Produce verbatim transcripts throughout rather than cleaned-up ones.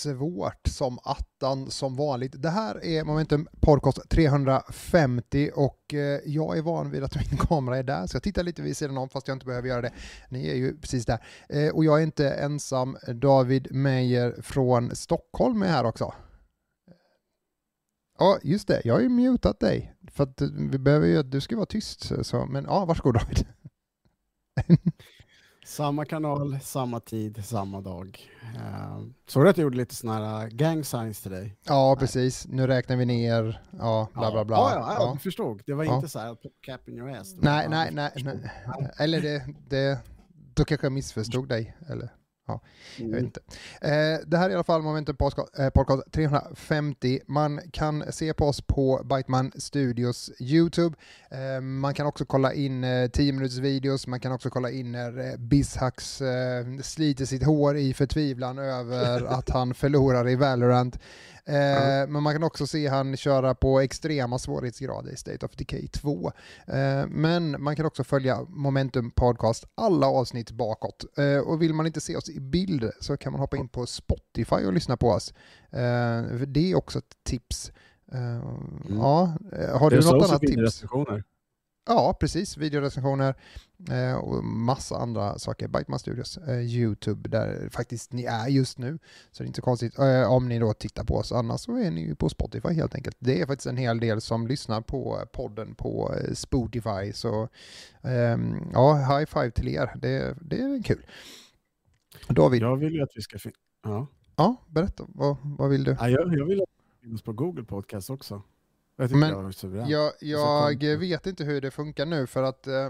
svårt som attan som vanligt. Det här är Momentum Podcast trehundrafemtio och eh, jag är van vid att min kamera är där, så jag tittar lite vid sidan om fast jag inte behöver göra det. Ni är ju precis där. Eh, och jag är inte ensam. David Meijer från Stockholm är här också. Ja, just det. Jag har ju mutat dig för att vi behöver ju att du ska vara tyst. Så, men ja, varsågod David. Samma kanal, samma tid, samma dag. Uh, såg du att jag gjorde lite såna här gang signs till dig? Ja, Nej. Precis. Nu räknar vi ner. Ja, bla bla bla. Ja, ja, ja, ja. du förstod. Det var ja. inte så här cap in your ass. Nej, nej, nej, nej. Eller det, det, då kanske jag missförstod dig. Eller, ja, jag vet inte. Eh, det här är i alla fall Momentum Podcast, eh, podcast trehundrafemtio. Man kan se på oss på Biteman Studios YouTube. Eh, man kan också kolla in eh, tio minuters videos. Man kan också kolla in när eh, Bizhax eh, sliter sitt hår i förtvivlan över att han förlorar i Valorant. Eh, mm. Men man kan också se han köra på extrema svårighetsgrader i State of Decay två. Eh, men man kan också följa Momentum Podcast alla avsnitt bakåt. Eh, och vill man inte se oss i bild så kan man hoppa in på Spotify och lyssna på oss. Eh, för det är också ett tips. Eh, mm. Ja, har du något annat tips? Ja, precis. Videorecensioner eh, och massa andra saker. Biteman Studios, eh, YouTube, där faktiskt ni är just nu. Så det är inte så konstigt eh, om ni då tittar på oss. Annars så är ni ju på Spotify helt enkelt. Det är faktiskt en hel del som lyssnar på podden på eh, Spotify. Så eh, ja, high five till er. Det, det är kul. David. Jag vill ju att vi ska... Fin- ja. ja, berätta. Vad, vad vill du? Ja, jag, jag vill att vi finns på Google Podcast också. Jag Men jag, jag, jag vet inte hur det funkar nu för att eh,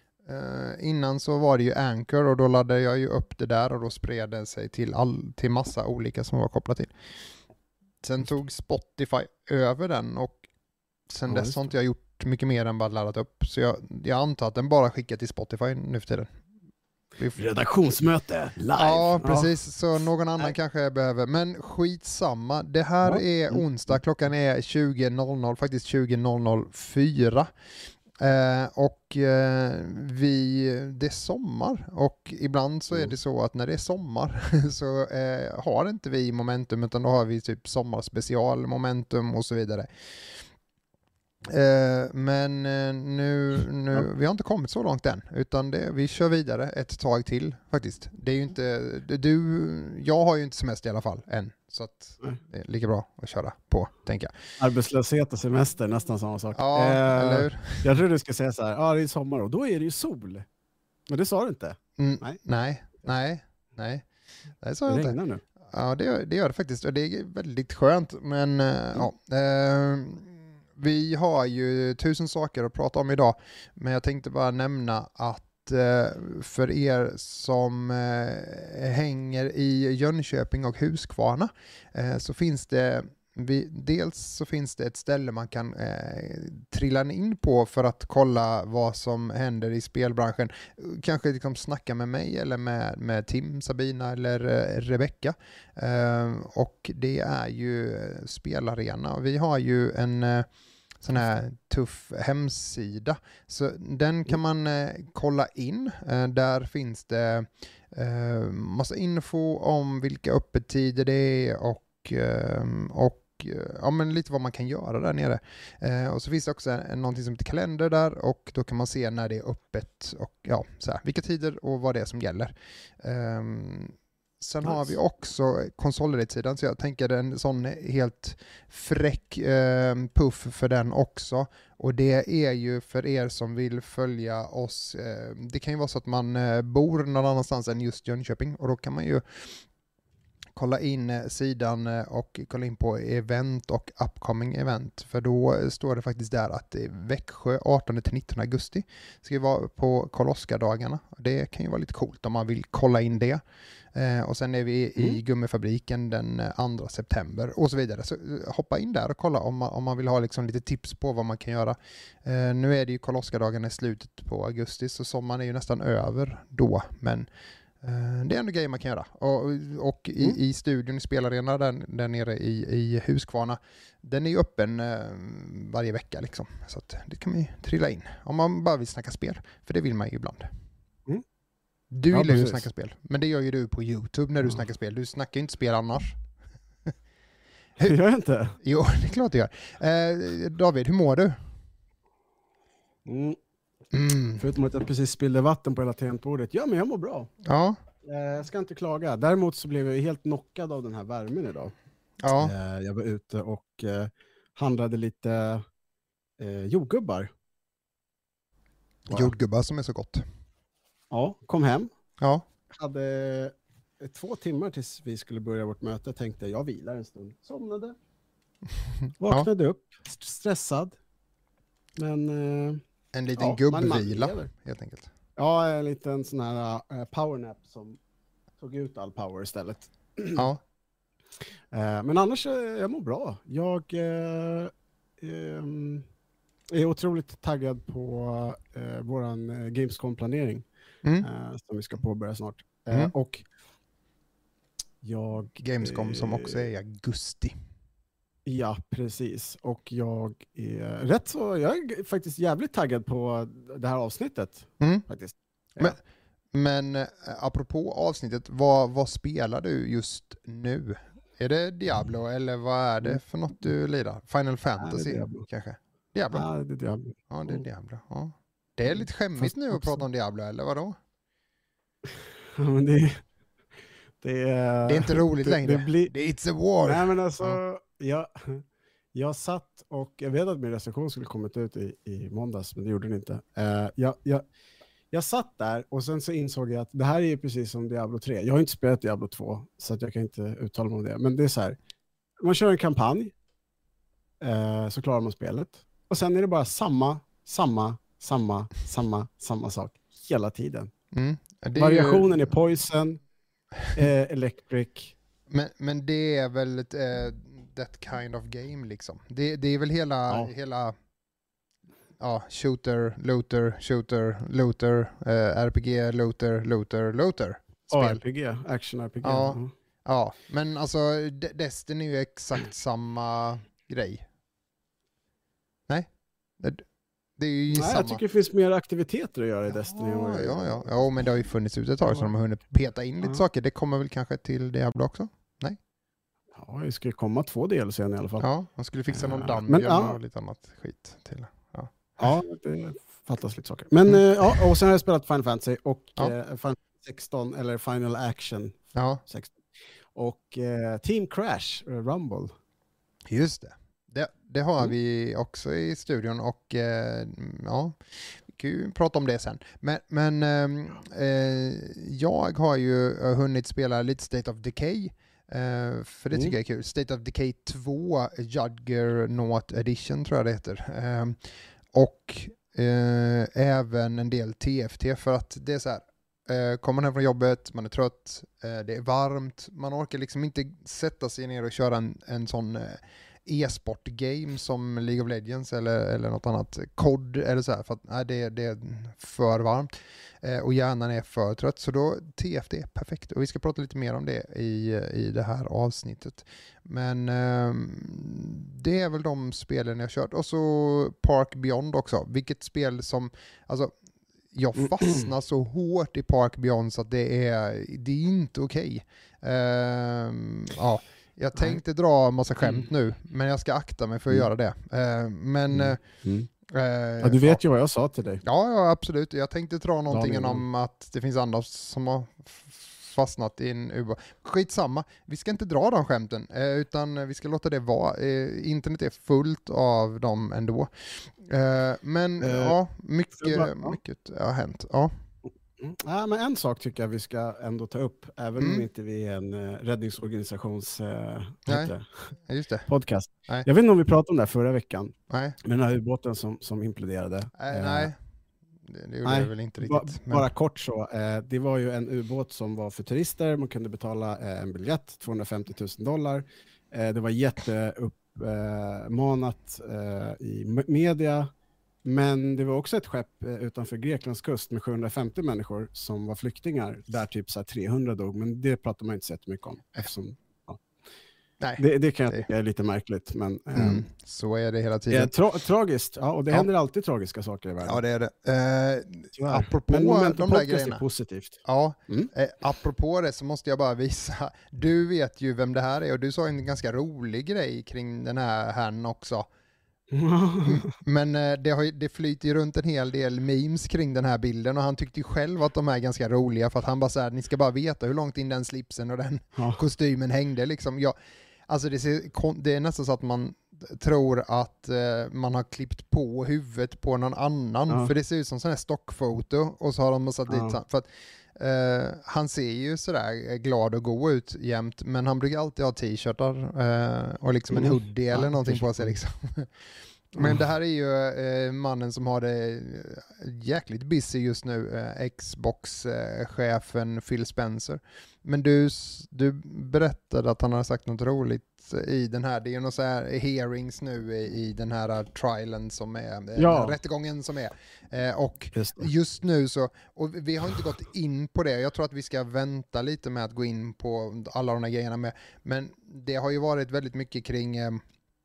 innan så var det ju Anchor och då laddade jag ju upp det där och då spred det sig till, all, till massa olika som var kopplat till. Sen tog Spotify över den och sen ja, dess har inte jag gjort mycket mer än bara laddat upp. Så jag, jag antar att den bara skickar till Spotify nu för tiden. Redaktionsmöte live. Ja, precis. Ja. Så någon annan Nej. kanske behöver. Men skitsamma. Det här ja. är onsdag. Klockan är tjugo noll noll. Faktiskt tjugo noll noll fyra. Eh, och eh, vi, det är sommar. Och ibland så är det så att när det är sommar så eh, har inte vi momentum utan då har vi typ sommarspecial, momentum och så vidare. Uh, men uh, nu, nu ja. vi har inte kommit så långt än utan det, vi kör vidare ett tag till faktiskt. Det är ju inte du, jag har ju inte semester i alla fall än så att Nej. det är lika bra att köra på, tänker jag. Arbetslöshet och semester, nästan samma sak. Ja, uh, eller hur? Jag tror du ska säga så här, ja ah, det är sommar och då är det ju sol. Men det sa du inte. Mm, nej. nej, nej, nej. Det sa jag inte. Regnar nu. Ja, det, det gör det faktiskt och det är väldigt skönt men uh, mm. ja. Uh, Vi har ju tusen saker att prata om idag, men jag tänkte bara nämna att eh, för er som eh, hänger i Jönköping och Huskvarna eh, så finns det vi, dels så finns det ett ställe man kan eh, trilla in på för att kolla vad som händer i spelbranschen. Kanske liksom snacka med mig eller med, med Tim, Sabina eller eh, Rebecca. Eh, och det är ju Spelarena. Vi har ju en eh, sån här tuff hemsida. Så den kan man eh, kolla in. Eh, där finns det eh, massa info om vilka öppettider det är och, eh, och ja, men lite vad man kan göra där nere. Eh, och så finns det också en, någonting som heter kalender där och då kan man se när det är öppet och ja, så här, vilka tider och vad det är som gäller. Eh, sen nice. har vi också konsolidate-sidan så jag tänker en sån helt fräck eh, puff för den också. Och det är ju för er som vill följa oss. Eh, det kan ju vara så att man eh, bor någon annanstans än just Jönköping och då kan man ju kolla in sidan och kolla in på event och upcoming event. För då står det faktiskt där att det är Växjö artonde till nittonde augusti. Ska vara på Karl-Oskar-dagarna. Det kan ju vara lite coolt om man vill kolla in det. Eh, och sen är vi i mm. Gummifabriken den andra september och så vidare. Så hoppa in där och kolla om man, om man vill ha liksom lite tips på vad man kan göra. Eh, nu är det ju Karl-Oskar-dagarna i slutet på augusti så sommaren är ju nästan över då. Men det är ändå grejer man kan göra. Och, och i, mm. i studion i Spelarena där, där nere i, i Huskvarna, den är ju öppen eh, varje vecka liksom. Så att det kan man ju trilla in. Om man bara vill snacka spel. För det vill man ju ibland. Mm. Du ja, vill ju snacka spel. Men det gör ju du på YouTube när du mm. snackar spel. Du snackar ju inte spel annars. Hur gör jag inte? Jo, det är klart det gör. Eh, David, hur mår du? Mm. Mm. Förutom att jag precis spillde vatten på hela tangentbordet. Ja, men jag mår bra. Ja. Eh, jag ska inte klaga. Däremot så blev jag helt knockad av den här värmen idag. Ja. Eh, jag var ute och eh, handlade lite eh, jordgubbar. Bara. Jordgubbar som är så gott. Ja, kom hem. Ja. Hade två timmar tills vi skulle börja vårt möte. Tänkte jag vilar en stund. Somnade. Vaknade ja. upp. Stressad. Men... Eh, en liten ja, gubbvila helt enkelt. Ja, en liten sån här uh, powernap som tog ut all power istället. Ja. uh, men annars, uh, jag mår bra. Jag uh, um, är otroligt taggad på uh, våran uh, Gamescom-planering mm. uh, som vi ska påbörja snart. Uh, mm. Och jag... Gamescom uh, som också är i augusti. Ja, precis. Och jag är rätt så, jag är faktiskt jävligt taggad på det här avsnittet. Mm. Faktiskt. Ja. Men, men apropå avsnittet, vad, vad spelar du just nu? Är det Diablo eller vad är det för något du lirar? Final Fantasy ja, Diablo. Kanske? Diablo? Ja, det är Diablo. Ja, det är Diablo. Ja. Det är lite skämmigt nu att prata om Diablo, eller vadå? Ja, men det, det, är, det är inte roligt det, längre. Det blir, It's a war. Nej, men alltså... Ja. Jag, jag satt och jag vet att min recension skulle kommit ut i, i måndags, men det gjorde den inte. Uh, jag, jag, jag satt där och sen så insåg jag att det här är ju precis som Diablo tre. Jag har inte spelat Diablo två så att jag kan inte uttala mig om det. Men det är så här, man kör en kampanj uh, så klarar man spelet. Och sen är det bara samma, samma, samma, samma, samma sak hela tiden. Mm. Variationen ju... är Poison, uh, Electric. Men, men det är väl ett, uh, that kind of game liksom. Det, det är väl hela, ja. hela ja, shooter, looter, shooter, looter, uh, R P G, looter, looter, looter. Spel. R P G, action R P G. Ja, mm. ja, men alltså D- Destiny är ju exakt samma grej. Nej? Det, det är ju Nej, samma. jag tycker det finns mer aktiviteter att göra i Destiny. Ja, ja, ja. ja men det har ju funnits ut ett tag så de har hunnit peta in lite ja. saker. Det kommer väl kanske till Diablo också? Nej? Ja, det skulle komma två D L C i alla fall. Ja, man skulle fixa någon damm men, ja. och lite annat skit till. Ja, ja det fattas lite saker. Men mm. eh, ja, och sen har jag spelat Final Fantasy och ja. eh, Final sexton eller Final Action ja. sexton. Och eh, Team Crash uh, Rumble. Just det. Det, det har mm. vi också i studion och eh, ja, vi kan ju prata om det sen. Men, men eh, jag har ju hunnit spela lite State of Decay. Uh, för det tycker mm. jag är kul. State of Decay två Juggernaut Edition tror jag det heter. Uh, och uh, även en del T F T för att det är så här. Uh, kommer man hem från jobbet, man är trött, uh, det är varmt, man orkar liksom inte sätta sig ner och köra en, en sån uh, e-sport-game som League of Legends eller, eller något annat, C O D eller så här, för att nej, det, det är för varmt eh, och hjärnan är för trött, så då T F T är perfekt och vi ska prata lite mer om det i, i det här avsnittet. Men eh, det är väl de spelen jag har kört och så Park Beyond också, vilket spel som, alltså jag fastnar så hårt i Park Beyond så att det är, det är inte okej. Okay. Eh, ja Jag tänkte Nej. dra en massa skämt mm. nu, men jag ska akta mig för att mm. göra det. Uh, men... Mm. Mm. Uh, ja, du vet ja. ju vad jag sa till dig. Ja, ja, absolut. Jag tänkte dra någonting ja, om att det finns andra som har fastnat i en ubåt. Skitsamma, vi ska inte dra de skämten, uh, utan vi ska låta det vara. Uh, internet är fullt av dem ändå. Uh, men uh, ja, mycket, bara, ja. mycket har hänt. Ja. Mm. Ja, men en sak tycker jag vi ska ändå ta upp, även mm. om inte vi är en uh, räddningsorganisations uh, Nej, just det. podcast. Nej. Jag vet inte om vi pratade om det här förra veckan. Nej. Men den här ubåten som, som imploderade. Nej, uh, nej. Det, det gjorde nej, jag väl inte riktigt. Ba, men... Bara kort så, uh, det var ju en ubåt som var för turister. Man kunde betala uh, en biljett, tvåhundrafemtio tusen dollar. Uh, det var jätteuppmanat uh, i media. Men det var också ett skepp utanför Greklands kust med sjuhundrafemtio människor som var flyktingar. Där typ så här trehundra dog, men det pratar man inte så mycket om. Eftersom, ja. Nej, det, det kan jag det... tycka är lite märkligt. Men, mm, eh, så är det hela tiden. Eh, tra tragiskt, ja, och det ja. händer alltid tragiska saker i världen. Ja, det är det. Eh, apropå men de där grejerna. Är positivt. Ja, mm. eh, apropå det så måste jag bara visa. Du vet ju vem det här är och du sa en ganska rolig grej kring den här herrn också. Men eh, det, har, det flyter ju runt en hel del memes kring den här bilden och han tyckte ju själv att de är ganska roliga för att han bara så här, ni ska bara veta hur långt in den slipsen och den ja. kostymen hängde liksom. Jag, alltså det, ser, det är nästan så att man tror att eh, man har klippt på huvudet på någon annan ja. för det ser ut som sån här stockfoto och så har de satt ja. dit för att Uh, han ser ju sådär glad och god ut jämt, men han brukar alltid ha t-shirtar uh, och liksom en hoodie mm. eller ja, någonting på sig liksom. Men mm. det här är ju uh, mannen som har det jäkligt busy just nu, uh, Xbox-chefen uh, Phil Spencer. Men du, du berättade att han har sagt något roligt i den här, det är ju några så här hearings nu i, i den här uh, trialen som är, ja. rättegången som är. Eh, och just, just nu så, och vi har inte gått in på det, jag tror att vi ska vänta lite med att gå in på alla de här grejerna med, men det har ju varit väldigt mycket kring eh,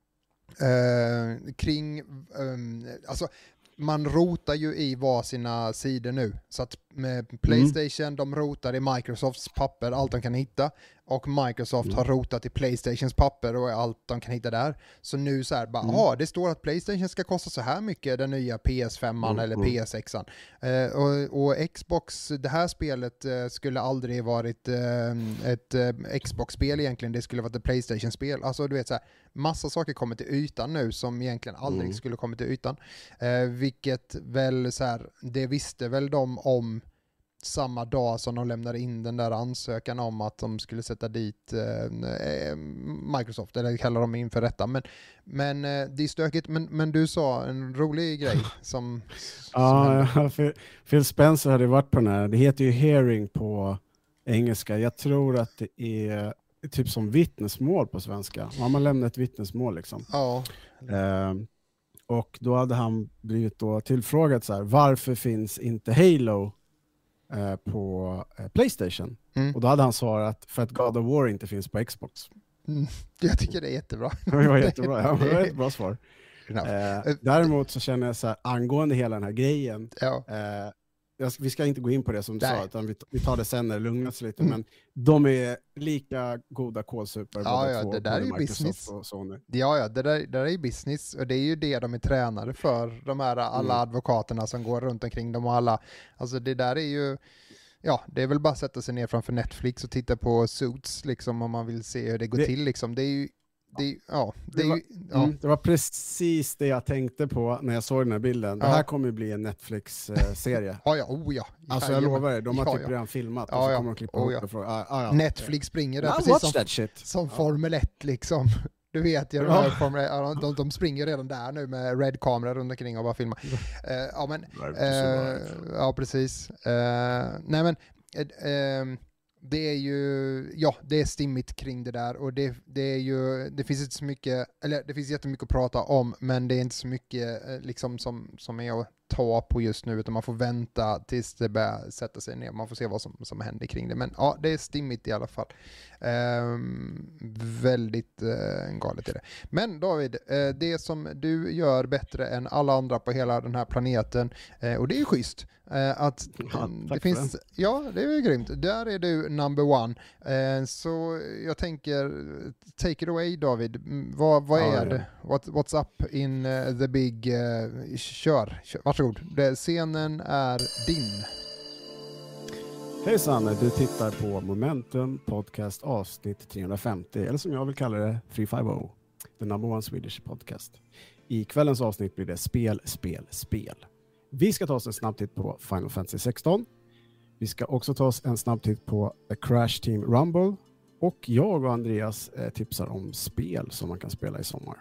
kring, um, alltså man rotar ju i var sina sidor nu. Så att med PlayStation, mm. de rotar i Microsofts papper, allt de kan hitta. Och Microsoft mm. har rotat i PlayStations papper och allt de kan hitta där. Så nu så här, bara, mm. ah, det står att PlayStation ska kosta så här mycket, den nya P S fem mm. eller P S sex. Eh, och, och Xbox, det här spelet eh, skulle aldrig varit eh, ett eh, Xbox-spel egentligen, det skulle varit ett PlayStation-spel. Alltså du vet så här, massa saker kommer till ytan nu som egentligen aldrig mm. skulle komma till ytan. Eh, vilket väl så här, det visste väl de om samma dag som de lämnade in den där ansökan om att de skulle sätta dit eh, Microsoft, eller kallar de inför rätta. Men, men eh, det är stökigt. Men, men du sa en rolig grej som... som ja, Phil Spencer hade varit på den här. Det heter ju hearing på engelska. Jag tror att det är typ som vittnesmål på svenska. Man har lämnat ett vittnesmål liksom. Ja. Eh, och då hade han blivit då tillfrågat så här, varför finns inte Halo på PlayStation. Mm. Och då hade han svarat för att God of War inte finns på Xbox. Mm. Jag tycker det är jättebra. Det var jättebra, ja, det var ett bra svar. Eh, däremot så känner jag så här, angående hela den här grejen, ja. eh, jag, vi ska inte gå in på det som du sa, utan vi, vi tar det sen när det lugnar sig lite, mm. men de är lika goda kolsupar ja, båda ja, två, det där är ju business. Och Sony. Ja, ja, det där, det där är ju business och det är ju det de är tränade för, de här alla mm. advokaterna som går runt omkring dem och alla, alltså det där är ju, ja, det är väl bara att sätta sig ner framför Netflix och titta på Suits liksom om man vill se hur det går det, till liksom, det är ju Det, ja, det, det, var, ju, ja. Mm, det var precis det jag tänkte på när jag såg den här bilden. Det här ja. kommer ju bli en Netflix-serie. ja, ja, oh ja. Alltså jag lovar er, de har ja, typ ja. redan filmat. Ja, och så ja. kommer de klippa oh, upp ja. det för, ah, ah, ja. Netflix springer där I precis som, shit. som ja. Formel ett liksom. Du vet ju, ja. Formel ett, de, de springer redan där nu med red kamera runt omkring och bara filmar. Uh, ja, men, uh, ja, precis. Uh, nej, men... Uh, uh, det är ju, ja, det är stimmigt kring det där och det, det är ju, det finns inte så mycket, eller det finns jättemycket att prata om, men det är inte så mycket liksom som, som är att ta på just nu, utan man får vänta tills det börjar sätta sig ner, man får se vad som, som händer kring det, men ja, det är stimmigt i alla fall. Um, väldigt uh, galet är det. Men David, uh, det som du gör bättre än alla andra på hela den här planeten, uh, och det är ju schysst, uh, att ja, det finns, det. ja, det är ju grymt. Där är du number one. Uh, så jag tänker, take it away David. Vad, vad är ja, det? Ja. What, what's up in uh, the big, uh, kör, kör, varsågod. Det, scenen är din. Hej Sanne, du tittar på Momentum Podcast avsnitt trehundrafemtio, eller som jag vill kalla det, tre femtio, the number one Swedish podcast. I kvällens avsnitt blir det spel, spel, spel. Vi ska ta oss en snabb titt på Final Fantasy sexton. Vi ska också ta oss en snabb titt på A Crash Team Rumble. Och jag och Andreas eh, tipsar om spel som man kan spela i sommar.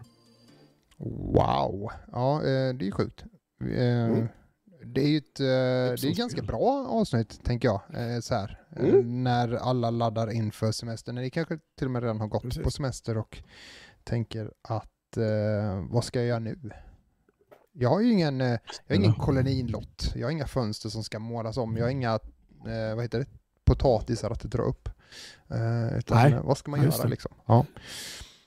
Wow, ja eh, det är sjukt. Eh, mm. Det är ju ett, det är ett ganska bra avsnitt, tänker jag, så här, mm. när alla laddar inför semestern. När ni kanske till och med redan har gått Precis. på semester och tänker att eh, vad ska jag göra nu? Jag har ju ingen, jag har ingen koloninlott. Jag har inga fönster som ska målas om. Jag har inga, eh, vad heter det, potatisar att dra upp. Eh, utan, vad ska man göra liksom? Ja.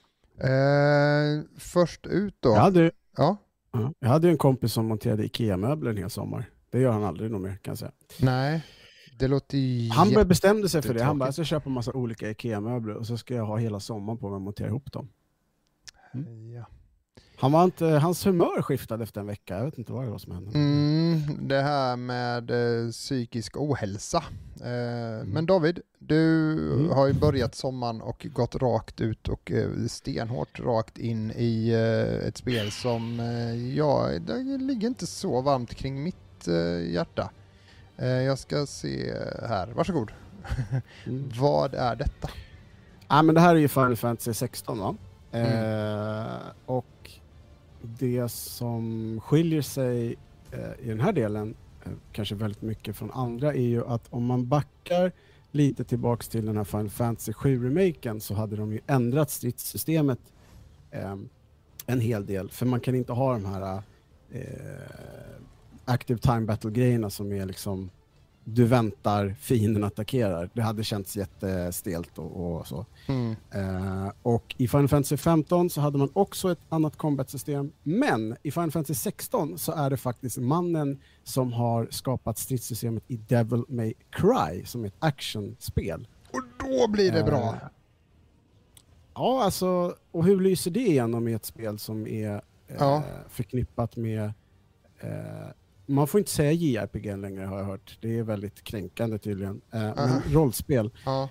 Eh, först ut då. Jag hade, Ja. ja, jag hade en kompis som monterade Ikea-möbler en hel sommar. Det gör han aldrig nog mer, kan jag säga. Nej, det låter ju Han jätte- bestämde sig för det. Han bara, jag tråkigt. ska köpa en massa olika Ikea-möbler och så ska jag ha hela sommaren på mig att montera ihop dem. Ja. Han var inte, hans humör skiftade efter en vecka. Jag vet inte vad det var som hände. Mm, det här med eh, psykisk ohälsa. Eh, Men David, du Mm. har ju börjat sommaren och gått rakt ut och eh, stenhårt rakt in i eh, ett spel som eh, ja, det ligger inte så varmt kring mitt eh, hjärta. Eh, jag ska se här, varsågod. Mm. Vad är detta? Ja, men det här är ju Final Fantasy sexton, va? Mm. Eh, och det som skiljer sig eh, i den här delen eh, kanske väldigt mycket från andra är ju att om man backar lite tillbaks till den här Final Fantasy sju-remaken så hade de ju ändrat stridssystemet eh, en hel del. För man kan inte ha de här eh, active time battle-grejerna som är liksom du väntar, fienden attackerar. Det hade känts jättestelt och, och så. Mm. Eh, och i Final Fantasy femton så hade man också ett annat combat-system. Men i Final Fantasy sexton så är det faktiskt mannen som har skapat stridssystemet i Devil May Cry som är ett actionspel. Och då blir det bra. Eh, ja, alltså, och hur lyser det igenom i ett spel som är eh, Ja. förknippat med eh, man får inte säga J R P G längre har jag hört. Det är väldigt kränkande tydligen. Eh, men rollspel. Ja.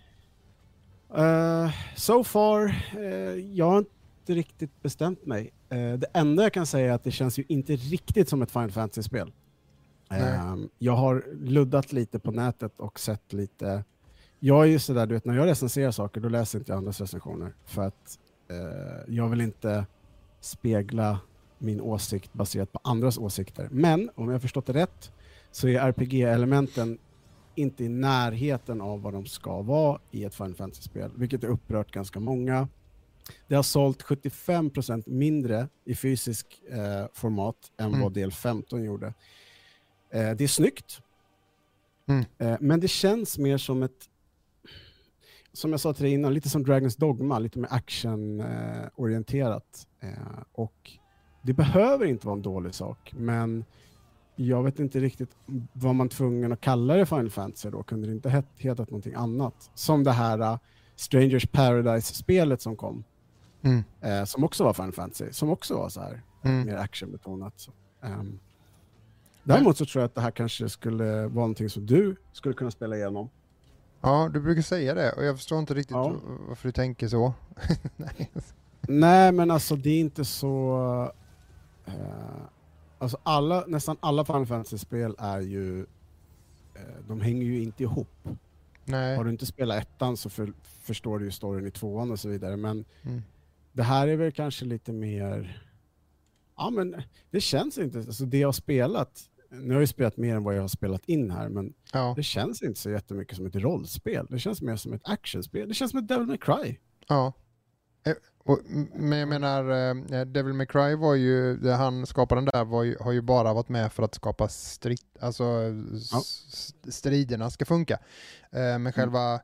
Uh, so far, uh, jag har inte riktigt bestämt mig. Uh, det enda jag kan säga är att det känns ju inte riktigt som ett Final Fantasy-spel. Uh, jag har luddat lite på nätet och sett lite... Jag är ju sådär, du vet, när jag recenserar saker då läser inte jag andras recensioner. För att uh, jag vill inte spegla min åsikt baserat på andras åsikter. Men om jag har förstått det rätt så är R P G-elementen inte i närheten av vad de ska vara i ett Final Fantasy-spel, vilket är upprört ganska många. Det har sålt sjuttiofem procent mindre i fysisk eh, format än Mm. vad del femton gjorde. Eh, det är snyggt, Mm. eh, men det känns mer som ett, som jag sa till dig innan, lite som Dragon's Dogma, lite mer action-orienterat. Eh, eh, och det behöver inte vara en dålig sak, men jag vet inte riktigt vad man tvungen att kalla det Final Fantasy då. Kunde det inte het, hetat någonting annat? Som det här uh, Strangers Paradise-spelet som kom. Mm. Eh, som också var Final Fantasy. Som också var så här Mm. mer actionbetonat. Så. Um, däremot så tror jag att det här kanske skulle vara någonting som du skulle kunna spela igenom. Ja, du brukar säga det och jag förstår inte riktigt Ja. varför du tänker så. Nej. Nej, men alltså det är inte så... Uh, alltså alla, nästan alla Final Fantasy-spel är ju... Uh, de hänger ju inte ihop. Nej. Har du inte spelat ettan så för, förstår du ju storyn i tvåan och så vidare. Men Mm. det här är väl kanske lite mer... Ja, men det känns inte... Alltså det jag har spelat... Nu har jag ju spelat mer än vad jag har spelat in här, men Ja. det känns inte så jättemycket som ett rollspel. Det känns mer som ett actionspel. Det känns som ett Devil May Cry. Ja. Eh, Och, men jag menar, eh, Devil May Cry var ju, det han skapade den där var ju, har ju bara varit med för att skapa strid, alltså Ja. s- striderna ska funka. Eh, men själva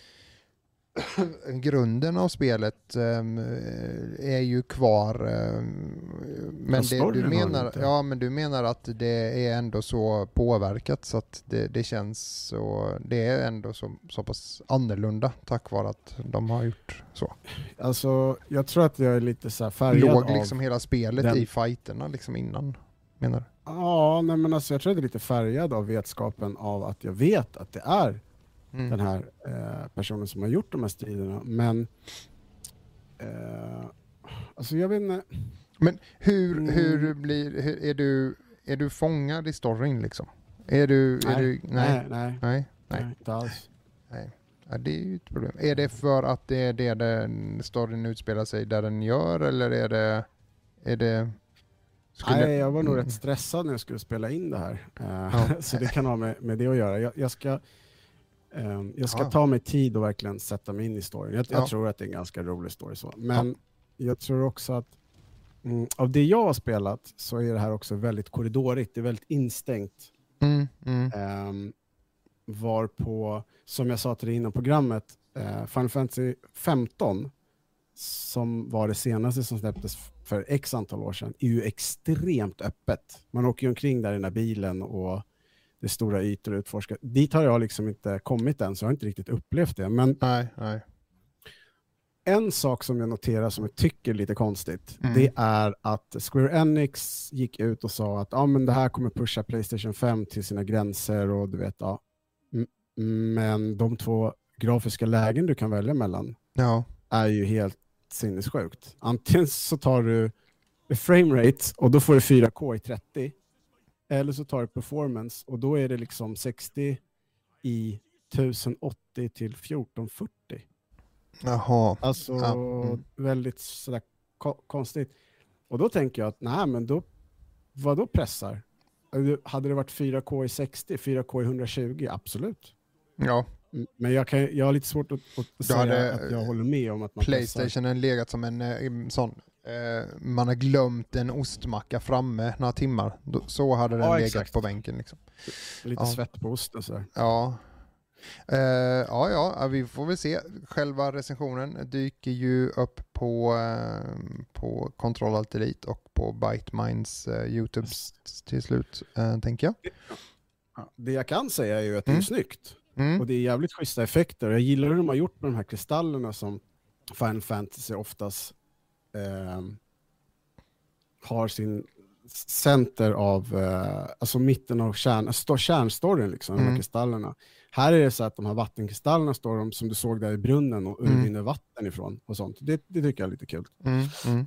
grunden av spelet eh, är ju kvar. Eh, men Ja, det, storyn du har den menar, inte. ja, men du menar att det är ändå så påverkat så att det, det känns så, det är ändå så, så pass annorlunda tack vare att de har gjort så. Alltså, jag tror att jag är lite så här färgad Låg av... liksom hela spelet den- i fighterna liksom innan, menar du? Ja, nej, men alltså jag tror att jag är lite färgad av vetskapen av att jag vet att det är Mm. den här eh, personen som har gjort de här striderna. Men eh, alltså jag vet inte... Men hur, Mm. hur blir, hur, är, du, är du fångad i storyn liksom? Är du, är Nej, du, nej, nej, nej, nej, nej, nej. inte alls. nej. Ja, det är ju ett problem. Är det för att det är det den storyn utspelar sig där den gör, eller är det, är det skulle- Nej, jag var nog Mm. rätt stressad när jag skulle spela in det här. Eh, Ja. så det kan ha med, med det att göra. Jag, jag ska, ehm, jag ska Ja. ta mig tid och verkligen sätta mig in i storyn. Jag, jag Ja. tror att det är en ganska rolig story. Så. Men jag tror också att mm, av det jag har spelat så är det här också väldigt korridorigt. Det är väldigt instängt. Mm, mm, Um, varpå, som jag sa till dig innan programmet, uh, Final Fantasy femton som var det senaste som släpptes för x antal år sedan är ju extremt öppet. Man åker ju omkring där i den här bilen och det är stora ytor att utforska. Dit har jag liksom inte kommit än så jag har inte riktigt upplevt det. Men nej, nej. En sak som jag noterar som jag tycker är lite konstigt mm. det är att Square Enix gick ut och sa att ah, men det här kommer pusha PlayStation fem till sina gränser och du vet ja. Men de två grafiska lägen du kan välja mellan ja. är ju helt sinnessjukt. Antingen så tar du framerate och då får du fyra K i trettio eller så tar du performance och då är det liksom sextio i tusen åttio till fjorton fyrtio. Jaha. Alltså ja. mm. väldigt sådär ko- konstigt. Och då tänker jag att nej men då vad då pressar? Hade det varit fyra K i sextio, fyra K i etthundratjugo, absolut. Ja. Men jag, kan, jag har lite svårt att, att säga hade, att jag håller med om att man PlayStation har legat som en, en sån eh, man har glömt en ostmacka framme några timmar. Så hade den ja, legat exakt. På bänken liksom. Lite ja. svett på osten sådär. Ja. Uh, ja, ja, vi får väl se. Själva recensionen dyker ju upp på, uh, på Control Alt Delete och på ByteMinds uh, YouTube till slut, uh, tänker jag. Ja, det jag kan säga är ju att det är mm. snyggt. Mm. Och det är jävligt schyssta effekter. Jag gillar hur de har gjort med de här kristallerna som Final Fantasy oftast uh, har sin center av, uh, alltså mitten av kärn, st- kärnstoryn liksom, mm. de här kristallerna. Här är det så att de här vattenkristallerna står de som du såg där i brunnen och urvinner mm. vatten ifrån och sånt. Det, det tycker jag är lite kul. Mm. Mm.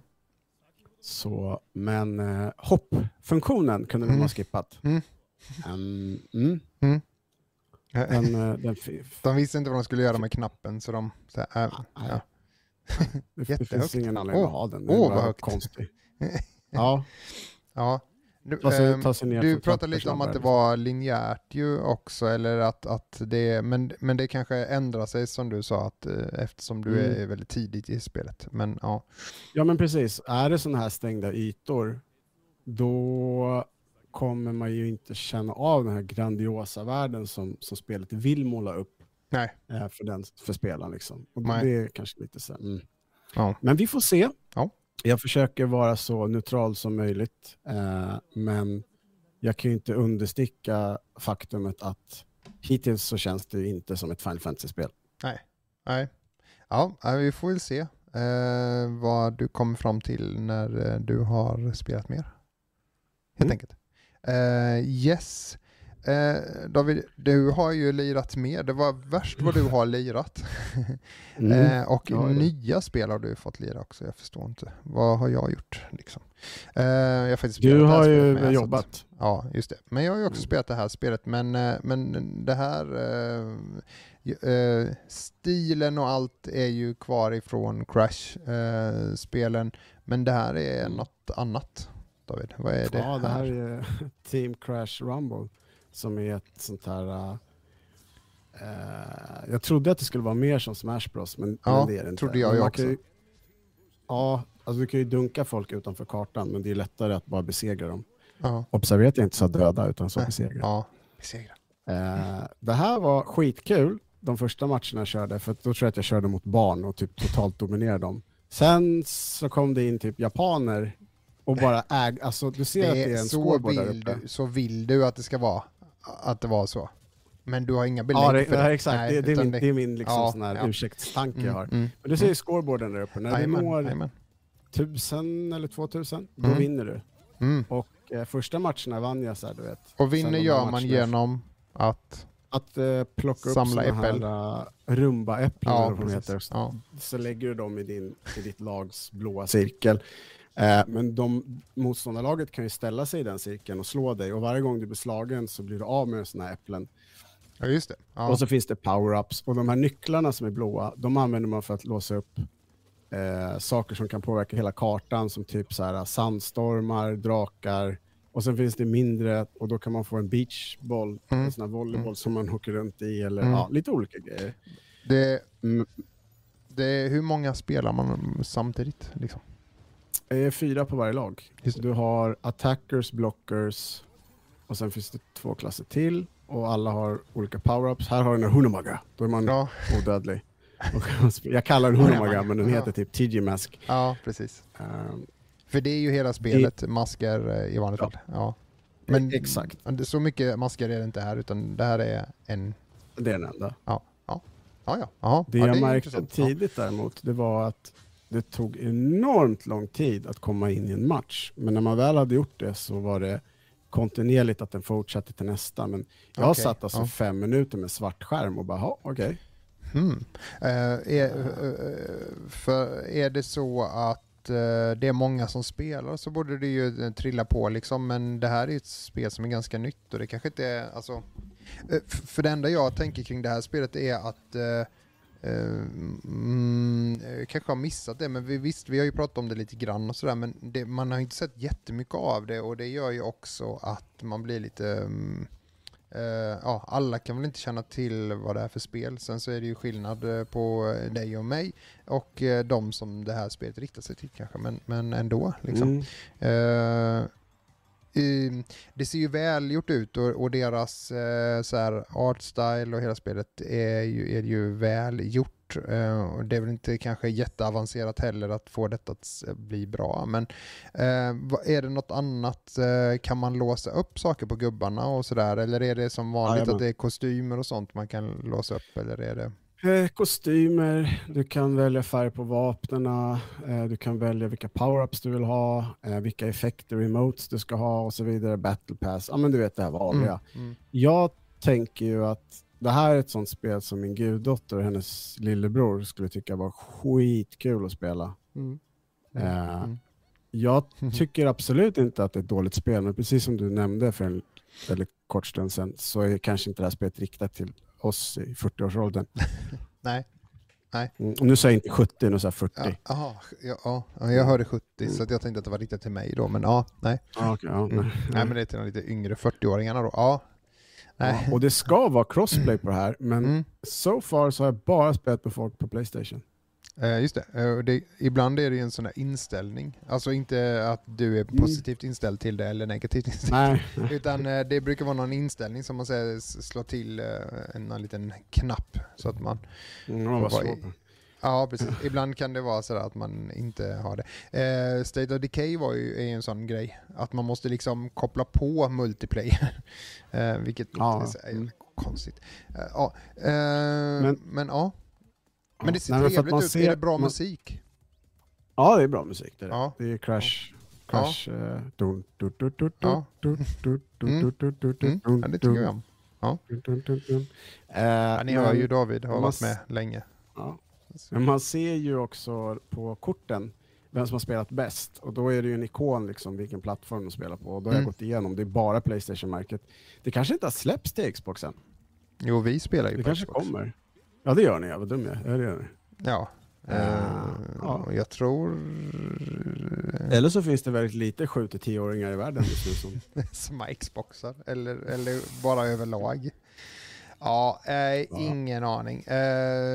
Så, men eh, hoppfunktionen kunde mm. de ha skippat. Mm. Um, mm. Mm. Den, den f- de visste inte vad de skulle göra med knappen så de så här, äh, ja. det, det finns ingen anledning oh. att ha den. Det är oh, bara vad högt. Konstigt. Ja. Ja. Du, sig, ähm, du pratade lite om att det var linjärt ju också, eller att, att det, men, men det kanske ändrar sig som du sa, att, eftersom du mm. är väldigt tidigt i spelet. Men, ja. ja men precis, är det sådana här stängda ytor då kommer man ju inte känna av den här grandiosa världen som, som spelet vill måla upp. Nej. För, den, för spelaren liksom. Och Nej. det är kanske lite så. Mm. Ja. Men vi får se. Ja. Jag försöker vara så neutral som möjligt. Eh, men jag kan ju inte understicka faktumet att hittills så känns det inte som ett Final Fantasy-spel. Nej. Nej. Ja, vi får väl se eh, vad du kommer fram till när du har spelat mer. Helt mm. enkelt. Uh, yes. Uh, David, du har ju lirat mer. Det var värst vad du har lirat. mm. uh, och ja, nya spel har du fått lira också. Jag förstår inte. Vad har jag gjort? Liksom? Uh, jag har faktiskt du har ju med, jobbat. Att, ja, just det. Men jag har ju också mm. spelat det här spelet. Men, uh, men det här uh, uh, stilen och allt är ju kvar ifrån Crash-spelen. Uh, men det här är mm. något annat. David, vad är det ja, här? det här är Team Crash Rumble som är ett sånt här uh, uh, jag trodde att det skulle vara mer som Smash Bros men, ja, men det är det inte. Trodde jag ju också. Ju, ja, alltså du kan ju dunka folk utanför kartan men det är lättare att bara besegra dem. Ja. Observera att jag inte sa döda utan så besegra. Ja, besegra. Uh, det här var skitkul de första matcherna jag körde för då tror jag att jag körde mot barn och typ totalt dominerade dem. Sen så kom det in typ japaner och bara äg, alltså du ser det att det är en scoreboard där uppe. Du, så vill du att det ska vara att det var så. Men du har inga belägg ja, det, för det. Ja, exakt. Nej, det, det, är min, det är min liksom ja, sån här ja. ursäktstanke mm, jag har. Mm, Men du ser ju mm. scoreboarden där uppe. När Amen, du når amen. tusen eller tvåtusen, då mm. vinner du. Mm. Och eh, första matcherna vann jag så här, du vet. Och vinner gör man genom att... Att eh, plocka samla upp såna här uh, rumba-äpplen ja, eller vad de heter. Ja. Så lägger du dem i, din, i ditt lags blåa cirkel. Eh, men de, motståndarlaget kan ju ställa sig i den cirkeln och slå dig. Och varje gång du blir slagen så blir du av med såna här äpplen. Ja, just det. Ja. Och så finns det power-ups. Och de här nycklarna som är blåa, de använder man för att låsa upp eh, saker som kan påverka hela kartan. Som typ så här sandstormar, drakar. Och sen finns det mindre, och då kan man få en beachboll, mm. en sån här volleyboll mm. som man åker runt i. Eller mm. ja, lite olika grejer. Det, mm. det är, hur många spelar man samtidigt? Liksom? Det är fyra på varje lag. Du har attackers, blockers och sen finns det två klasser till och alla har olika power-ups. Här har du en Hunamaga, då är man ja. odödlig. Jag kallar den Hunamaga, men den heter typ T J Mask. Ja, precis. Um, För det är ju hela spelet, det... masker i vanligt fall. Ja. Ja. Men exakt. Så mycket masker är det inte här, utan det här är en... Det är den enda. Ja, ja. Ja, ja. Aha. Det ja, jag det märkte tidigt däremot, det var att det tog enormt lång tid att komma in i en match. Men när man väl hade gjort det så var det kontinuerligt att den fortsatte till nästa. Men jag okay. satt alltså ja. fem minuter med svart skärm och bara, ja, okej. Okay. Hmm. Uh, är, uh, för är det så att uh, det är många som spelar så borde det ju uh, trilla på liksom, men det här är ett spel som är ganska nytt och det kanske inte är, alltså, uh, för det enda jag tänker kring det här spelet är att uh, Uh, mm, kanske har missat det, men vi, visst, vi har ju pratat om det lite grann och sådär, men det, man har inte sett jättemycket av det och det gör ju också att man blir lite um, uh, ja, alla kan väl inte känna till vad det är för spel. Sen så är det ju skillnad på dig och mig och uh, de som det här spelet riktar sig till kanske, men, men ändå liksom. Mm. Uh, Um, det ser ju välgjort ut och, och deras uh, så här art style och hela spelet är ju, är ju välgjort. Uh, och det är väl inte kanske jätteavancerat heller att få detta att bli bra. Men uh, är det något annat? Uh, kan man låsa upp saker på gubbarna och sådär? Eller är det som vanligt ja, att det är kostymer och sånt man kan låsa upp? Eller är det... Kostymer, du kan välja färg på vapnena, du kan välja vilka power-ups du vill ha, vilka effekter, remotes du ska ha och så vidare, battle pass, ja men du vet det här vanliga. Mm, mm. Jag tänker ju att det här är ett sånt spel som min guddotter och hennes lillebror skulle tycka var skitkul att spela. Mm. Mm. Uh, mm. Jag tycker absolut inte att det är ett dåligt spel, men precis som du nämnde för en väldigt kort stund sedan så är kanske inte det här spelet riktat till oss i fyrtio-årsåldern. Nej. Nej. Mm, och nu säger jag inte sjuttio, nu säger jag fyrtio. Ja, aha, ja, ja, jag hörde sjuttio mm. så att jag tänkte att det var riktat till mig då, men ja, nej. Ah, okay, ja, mm. nej. Nej, men det är till de lite yngre fyrtio-åringarna då. Ja. Nej. Ja, och det ska vara crossplay på det här, men mm. so far så har jag bara spelat med folk på PlayStation. Uh, just det. Uh, det. Ibland är det ju en sån här inställning. Alltså inte att du är positivt inställd till det eller negativt inställd. Nej. Utan uh, det brukar vara någon inställning som man säger slår till uh, en, en liten knapp så att man mm, får vara i... Ja, precis. Ibland kan det vara så att man inte har det. Uh, State of Decay var ju är en sån grej. Att man måste liksom koppla på multiplayer. uh, vilket ja. är mm. konstigt. Uh, uh, men, men ja. Men det ser Nej, trevligt ut. Ser, är det bra man... musik? Ja, det är bra musik. Det är, ja. det är Crash. Crash. Ja. Uh, dun, dun, dun, dun, ja. dun, dun, dun, mm. dun, dun, dun, mm. ja, det tycker jag om. Ja. Dun, dun, dun, dun. Uh, ja, ni hör ju David har varit med länge. Ja. Men man ser ju också på korten vem som har spelat bäst. Och då är det ju en ikon liksom vilken plattform de spelar på. Och då har mm. jag gått igenom. Det är bara PlayStation-märket. Det kanske inte har släppts till Xboxen. Jo, vi spelar ju det på kanske Xbox. kommer. Ja, det gör ni. Ja, vad dum jag är. Ja, det gör ni. Ja. Uh, ja. Jag tror... Eller så finns det väldigt lite sju till tio-åringar i världen som... som har Xboxar. Eller, eller bara överlag. Ja, eh, ja, ingen aning. Eh,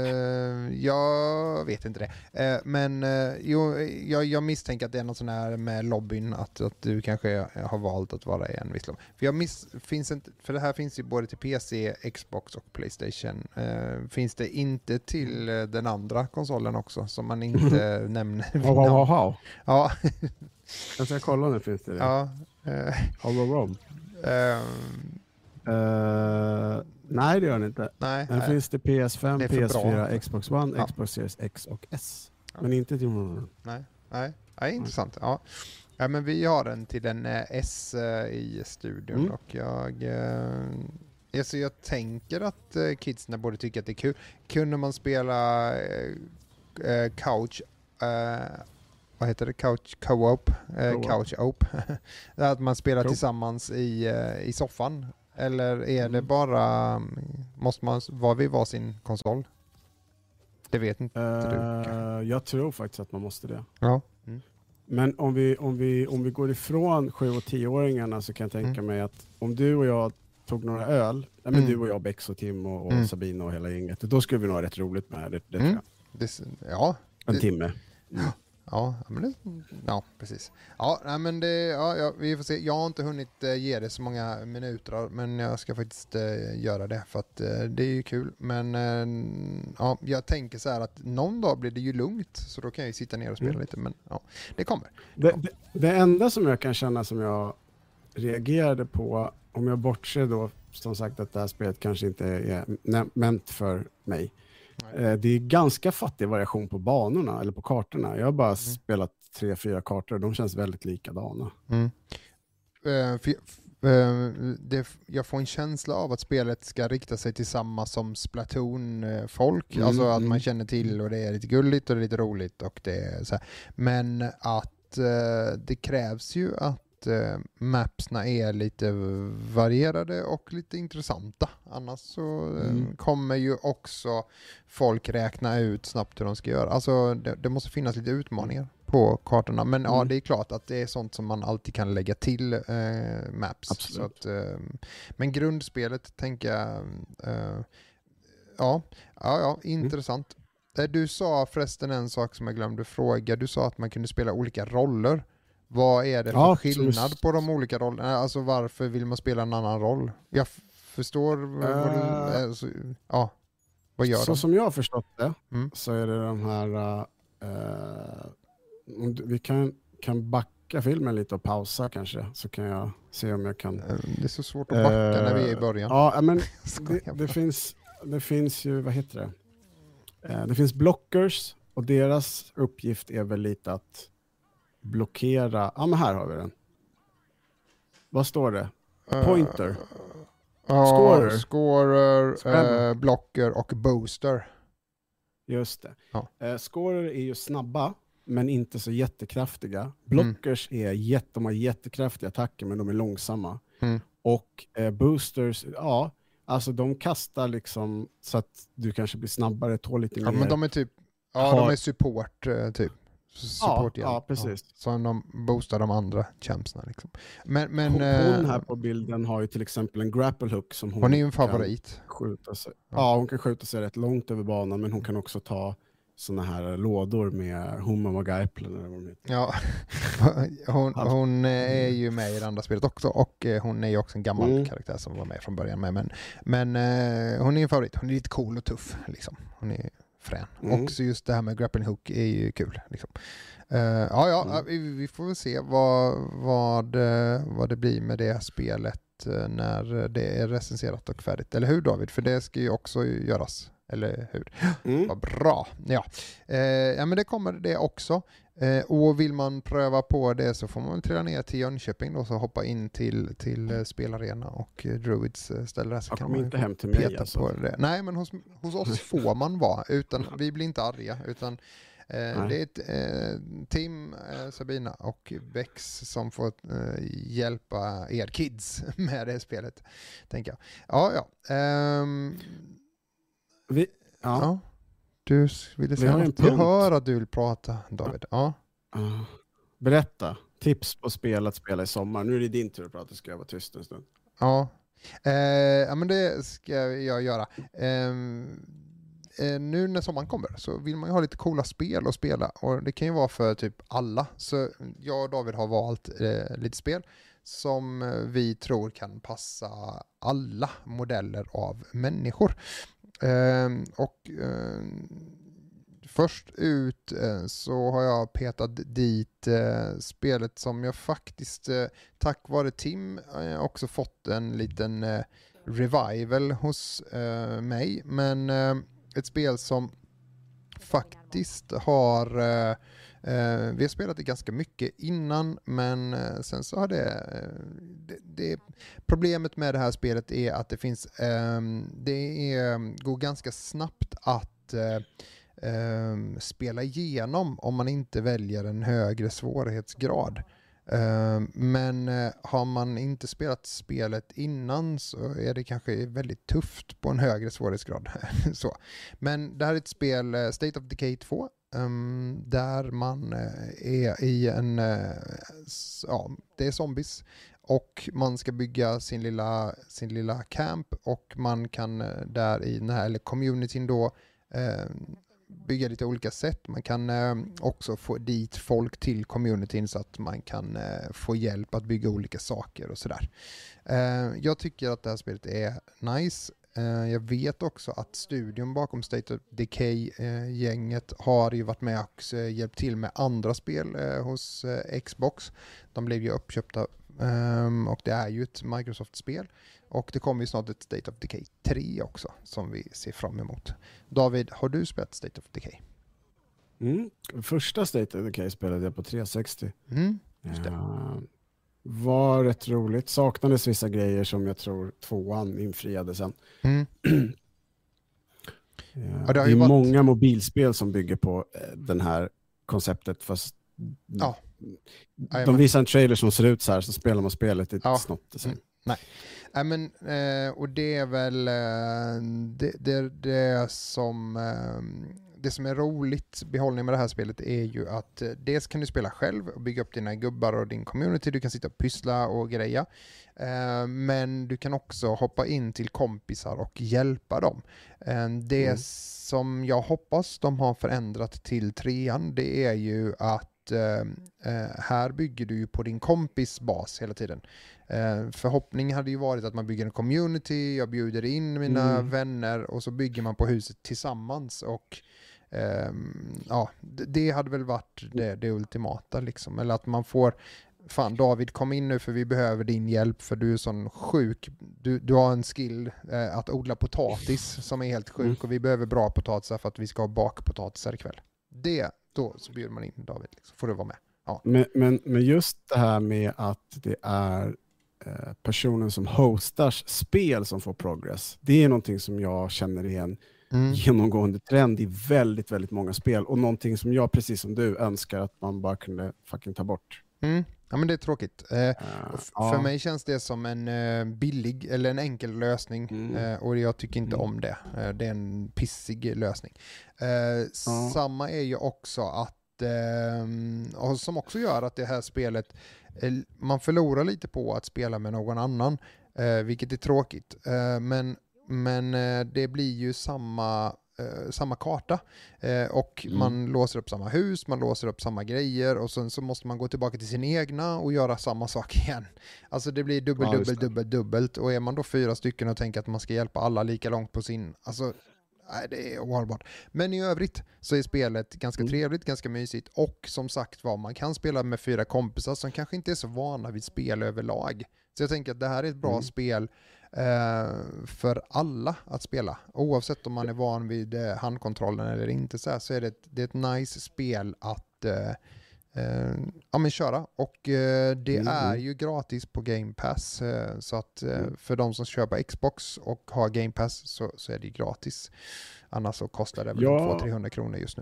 jag vet inte det. Eh, men eh, jo, jag, jag misstänker att det är något sån här med lobbyn, att, att du kanske har valt att vara i en viss lobby. För, jag miss, finns inte, för det här finns ju både till P C, Xbox och PlayStation. Eh, finns det inte till eh, den andra konsolen också, som man inte nämner? Wow, wow, wow. Ja. Jag ska kolla nu, finns det det? Ja. Eh, How wrong? Eh, Uh, nej, det gör den inte. Nej, den nej. finns det P S fem, P S fyra, bra. Xbox One, ja. Xbox Series X och S. Ja. Men inte till... Nej, nej. nej intressant. Ja. Ja, men vi har den till en eh, S eh, i studion mm. och jag... Eh, alltså jag tänker att eh, kidsen borde tycka att det är kul. Kunde man spela eh, eh, couch... Eh, vad heter det? Couch co-op? Eh, couch op. Att man spelar Co- tillsammans i, eh, i soffan. Eller är mm. det bara... Måste man vara vid varsin konsol? Det vet inte uh, du. Jag tror faktiskt att man måste det. Ja. Mm. Men om vi, om, vi, om vi går ifrån sju- och tio-åringarna så kan jag tänka mm. mig att om du och jag tog några öl, ja, men mm. du och jag, Bex och Tim och, och mm. Sabine och hela gänget, då skulle vi nog ha rätt roligt med det. det, mm. det ja. En det, timme. Mm. Ja, men det, ja, precis. Ja, nej, men det, ja, ja, vi får se. Jag har inte hunnit eh, ge det så många minuter, men jag ska faktiskt eh, göra det för att eh, det är ju kul. Men eh, ja, jag tänker så här att någon dag blir det ju lugnt, så då kan jag ju sitta ner och spela mm. lite, men ja, det kommer. Det, det, det enda som jag kan känna som jag reagerade på, om jag bortser då, som sagt att det här spelet kanske inte är nämnt för mig. Nej. Det är ganska fattig variation på banorna eller på kartorna. Jag har bara mm. spelat tre, fyra kartor och de känns väldigt likadana. Mm. Uh, för, uh, det, jag får en känsla av att spelet ska rikta sig till samma som Splatoon-folk. Mm. Alltså att man känner till och det är lite gulligt och det är lite roligt. Och det är så här. Men att uh, det krävs ju att Uh, mapsna är lite varierade och lite intressanta. Annars så uh, mm. kommer ju också folk räkna ut snabbt hur de ska göra. Alltså det, det måste finnas lite utmaningar på kartorna. Men mm. ja, det är klart att det är sånt som man alltid kan lägga till uh, maps. Så att, uh, men grundspelet tänker jag uh, ja, ja, ja, intressant. Mm. Du sa förresten en sak som jag glömde fråga. Du sa att man kunde spela olika roller. Vad är det för ja, skillnad just... på de olika rollerna? Alltså varför vill man spela en annan roll? Jag f- förstår uh, vad du, alltså, ja, vad gör Så de? som jag har förstått det mm. så är det de här uh, vi kan, kan backa filmen lite och pausa kanske, så kan jag se om jag kan. Det är så svårt att backa uh, när vi är i början. Ja, men det, det, finns, det finns ju, vad heter det? Uh, det finns blockers och deras uppgift är väl lite att blockera. Ja, men här har vi den. Vad står det? Pointer. Uh, scorer. Uh, scorer, uh, blocker och booster. Just det. Ja. Uh, scorer är ju snabba, men inte så jättekraftiga. Blockers mm. är jätte, de har jättekraftiga attacker, men de är långsamma. Mm. Och uh, boosters, ja, alltså de kastar liksom så att du kanske blir snabbare, tål lite ja, mer. Men de är typ, ja, har... de är support uh, typ. Support, ja, ja, precis. Ja, så de boostar de andra champsna liksom. Men, men, hon, äh, hon här på bilden har ju till exempel en grapple hook som hon, hon är ju en favorit. Skjuta sig. Ja. ja, hon kan skjuta sig rätt långt över banan, men hon kan också ta såna här lådor med humma och gaipplen. Ja, hon, hon är ju med i det andra spelet också, och hon är ju också en gammal mm. karaktär som var med från början med. Men, men äh, hon är en favorit. Hon är lite cool och tuff liksom. Hon är frän. Mm. Också just det här med grappling hook är ju kul. Liksom. Uh, ja, ja mm. vi, vi får väl se vad, vad, vad det blir med det spelet när det är recenserat och färdigt. Eller hur, David? För det ska ju också göras. Eller hur? Mm. Vad bra. Ja. Uh, ja, men det kommer det också. Uh, och vill man pröva på det så får man trilla ner till Jönköping då, så hoppa in till, till uh, spelarena och uh, Druids uh, ställer där, så jag kan man inte hem till mig, alltså. på det. Nej, men hos, hos oss får man vara, utan vi blir inte arga, utan uh, det är ett, uh, Tim, uh, Sabina och Bex som får uh, hjälpa er kids med det spelet, tänker jag. Ja, ja. Um, vi, ja. ja. Du ville säga något. Jag hör att du vill prata, David. Ja. Uh, berätta. Tips på spel att spela i sommar. Nu är det din tur att prata, ska jag vara tyst en stund. Ja, eh, ja men det ska jag göra. Eh, eh, nu när sommaren kommer så vill man ju ha lite coola spel att spela. Och det kan ju vara för typ alla. Så jag och David har valt eh, lite spel som vi tror kan passa alla modeller av människor. Uh, och uh, först ut uh, så har jag petat dit uh, spelet som jag faktiskt uh, tack vare Tim uh, också fått en liten uh, revival hos uh, mig, men uh, ett spel som faktiskt har uh, Uh, vi har spelat det ganska mycket innan, men uh, sen så har det, uh, det, det problemet med det här spelet är att det finns um, det är, går ganska snabbt att uh, um, spela igenom om man inte väljer en högre svårighetsgrad. Uh, men uh, har man inte spelat spelet innan så är det kanske väldigt tufft på en högre svårighetsgrad. så. Men det här är ett spel, uh, State of Decay två. Um, där man uh, är i en uh, s- ja, det är zombies och man ska bygga sin lilla, sin lilla camp, och man kan uh, där i den här eller communityn då uh, bygga lite olika sätt. Man kan eh, också få dit folk till communityn så att man kan eh, få hjälp att bygga olika saker och sådär. Eh, jag tycker att det här spelet är nice. Eh, jag vet också att studion bakom State of Decay-gänget eh, har ju varit med och eh, hjälpt till med andra spel eh, hos eh, Xbox. De blev ju uppköpta Um, och det är ju ett Microsoft-spel. Och det kommer ju snart ett State of Decay tre också som vi ser fram emot. David, har du spelat State of Decay? Mm. Första State of Decay spelade jag på trehundrasextio. Mm, just det. Uh, var rätt roligt. Saknades vissa grejer som jag tror tvåan infriade sen. Mm. uh, ja, det, det är varit... många mobilspel som bygger på uh, den här konceptet, fast ja. de visar en trailer som ser ut så här, så spelar man spelet i ja. snott. Mm. Nej. I men, eh, och det är väl eh, det, det, det som eh, det som är roligt behållning med det här spelet är ju att eh, dels kan du spela själv och bygga upp dina gubbar och din community, du kan sitta och pyssla och greja, eh, men du kan också hoppa in till kompisar och hjälpa dem. Eh, det mm. som jag hoppas de har förändrat till trean, det är ju att Uh, uh, här bygger du ju på din kompis bas hela tiden. Uh, förhoppningen hade ju varit att man bygger en community, jag bjuder in mina mm. vänner och så bygger man på huset tillsammans och um, ja, det, det hade väl varit det, det ultimata liksom. Eller att man får, fan David kom in nu för vi behöver din hjälp för du är sån sjuk, du, du har en skill uh, att odla potatis som är helt sjuk mm. och vi behöver bra potatisar för att vi ska ha bakpotatisar ikväll. Det då så bjuder man in David, liksom. Får du vara med. Ja. Men, men, men just det här med att det är eh, personen som hostar spel som får progress, det är någonting som jag känner igen mm. genomgående trend i väldigt, väldigt många spel och någonting som jag, precis som du, önskar att man bara kunde fucking ta bort. Mm. Ja, men det är tråkigt. Eh, uh, f- ja. För mig känns det som en eh, billig eller en enkel lösning mm. eh, och jag tycker inte mm. om det. Eh, det är en pissig lösning. Eh, ja. Samma är ju också att eh, och som också gör att det här spelet eh, man förlorar lite på att spela med någon annan, eh, vilket är tråkigt. Eh, men men eh, det blir ju samma Uh, samma karta uh, och mm. man låser upp samma hus, man låser upp samma grejer och sen så måste man gå tillbaka till sin egna och göra samma sak igen. Alltså det blir dubbel, ja, dubbel, dubbel, dubbelt och är man då fyra stycken och tänker att man ska hjälpa alla lika långt på sin, alltså nej, det är ohållbart. Men i övrigt så är spelet ganska mm. trevligt, ganska mysigt och som sagt var, man kan spela med fyra kompisar som kanske inte är så vana vid spel överlag. Så jag tänker att det här är ett bra mm. spel Uh, för alla att spela, oavsett om man är van vid uh, handkontrollen eller inte, så, här, så är det, ett, det är ett nice spel att uh, uh, ja, men köra och uh, det mm. är ju gratis på Game Pass, uh, så att uh, mm. för de som köper Xbox och har Game Pass så, så är det gratis, annars så kostar det väl ja. två till trehundra kronor just nu.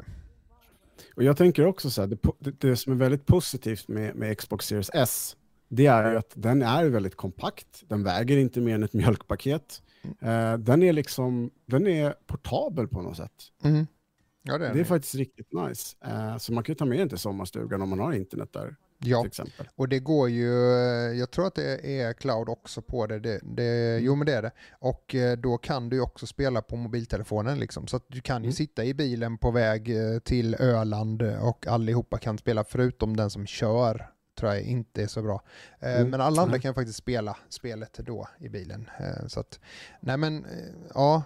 Och jag tänker också så här, det, det, det som är väldigt positivt med, med Xbox Series S, det är ju att den är väldigt kompakt. Den väger inte mer än ett mjölkpaket. Mm. Uh, den är liksom, den är portabel på något sätt. Mm. Ja, det är, det är faktiskt riktigt nice. Uh, så man kan ju ta med den till sommarstugan om man har internet där. Ja, till exempel. Och det går ju, jag tror att det är cloud också på det. det, det mm. Jo, men det är det. Och då kan du också spela på mobiltelefonen liksom. Så att du kan ju mm. sitta i bilen på väg till Öland och allihopa kan spela förutom den som kör. Tror jag inte är så bra. Eh, mm. Men alla andra mm. kan faktiskt spela spelet då i bilen. Eh, så att, nej men, eh, ja,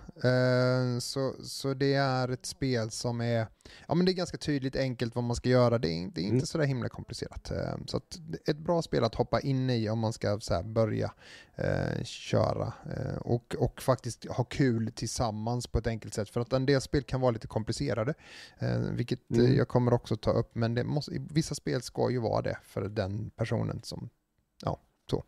eh, så, så det är ett spel som är, ja men det är ganska tydligt enkelt vad man ska göra. Det är, det är inte mm. så där himla komplicerat. Eh, så att ett bra spel att hoppa in i om man ska så här, börja eh, köra eh, och, och faktiskt ha kul tillsammans på ett enkelt sätt. För att en del spel kan vara lite komplicerade, eh, vilket mm. jag kommer också ta upp, men det måste, vissa spel ska ju vara det för den personen som, ja, så.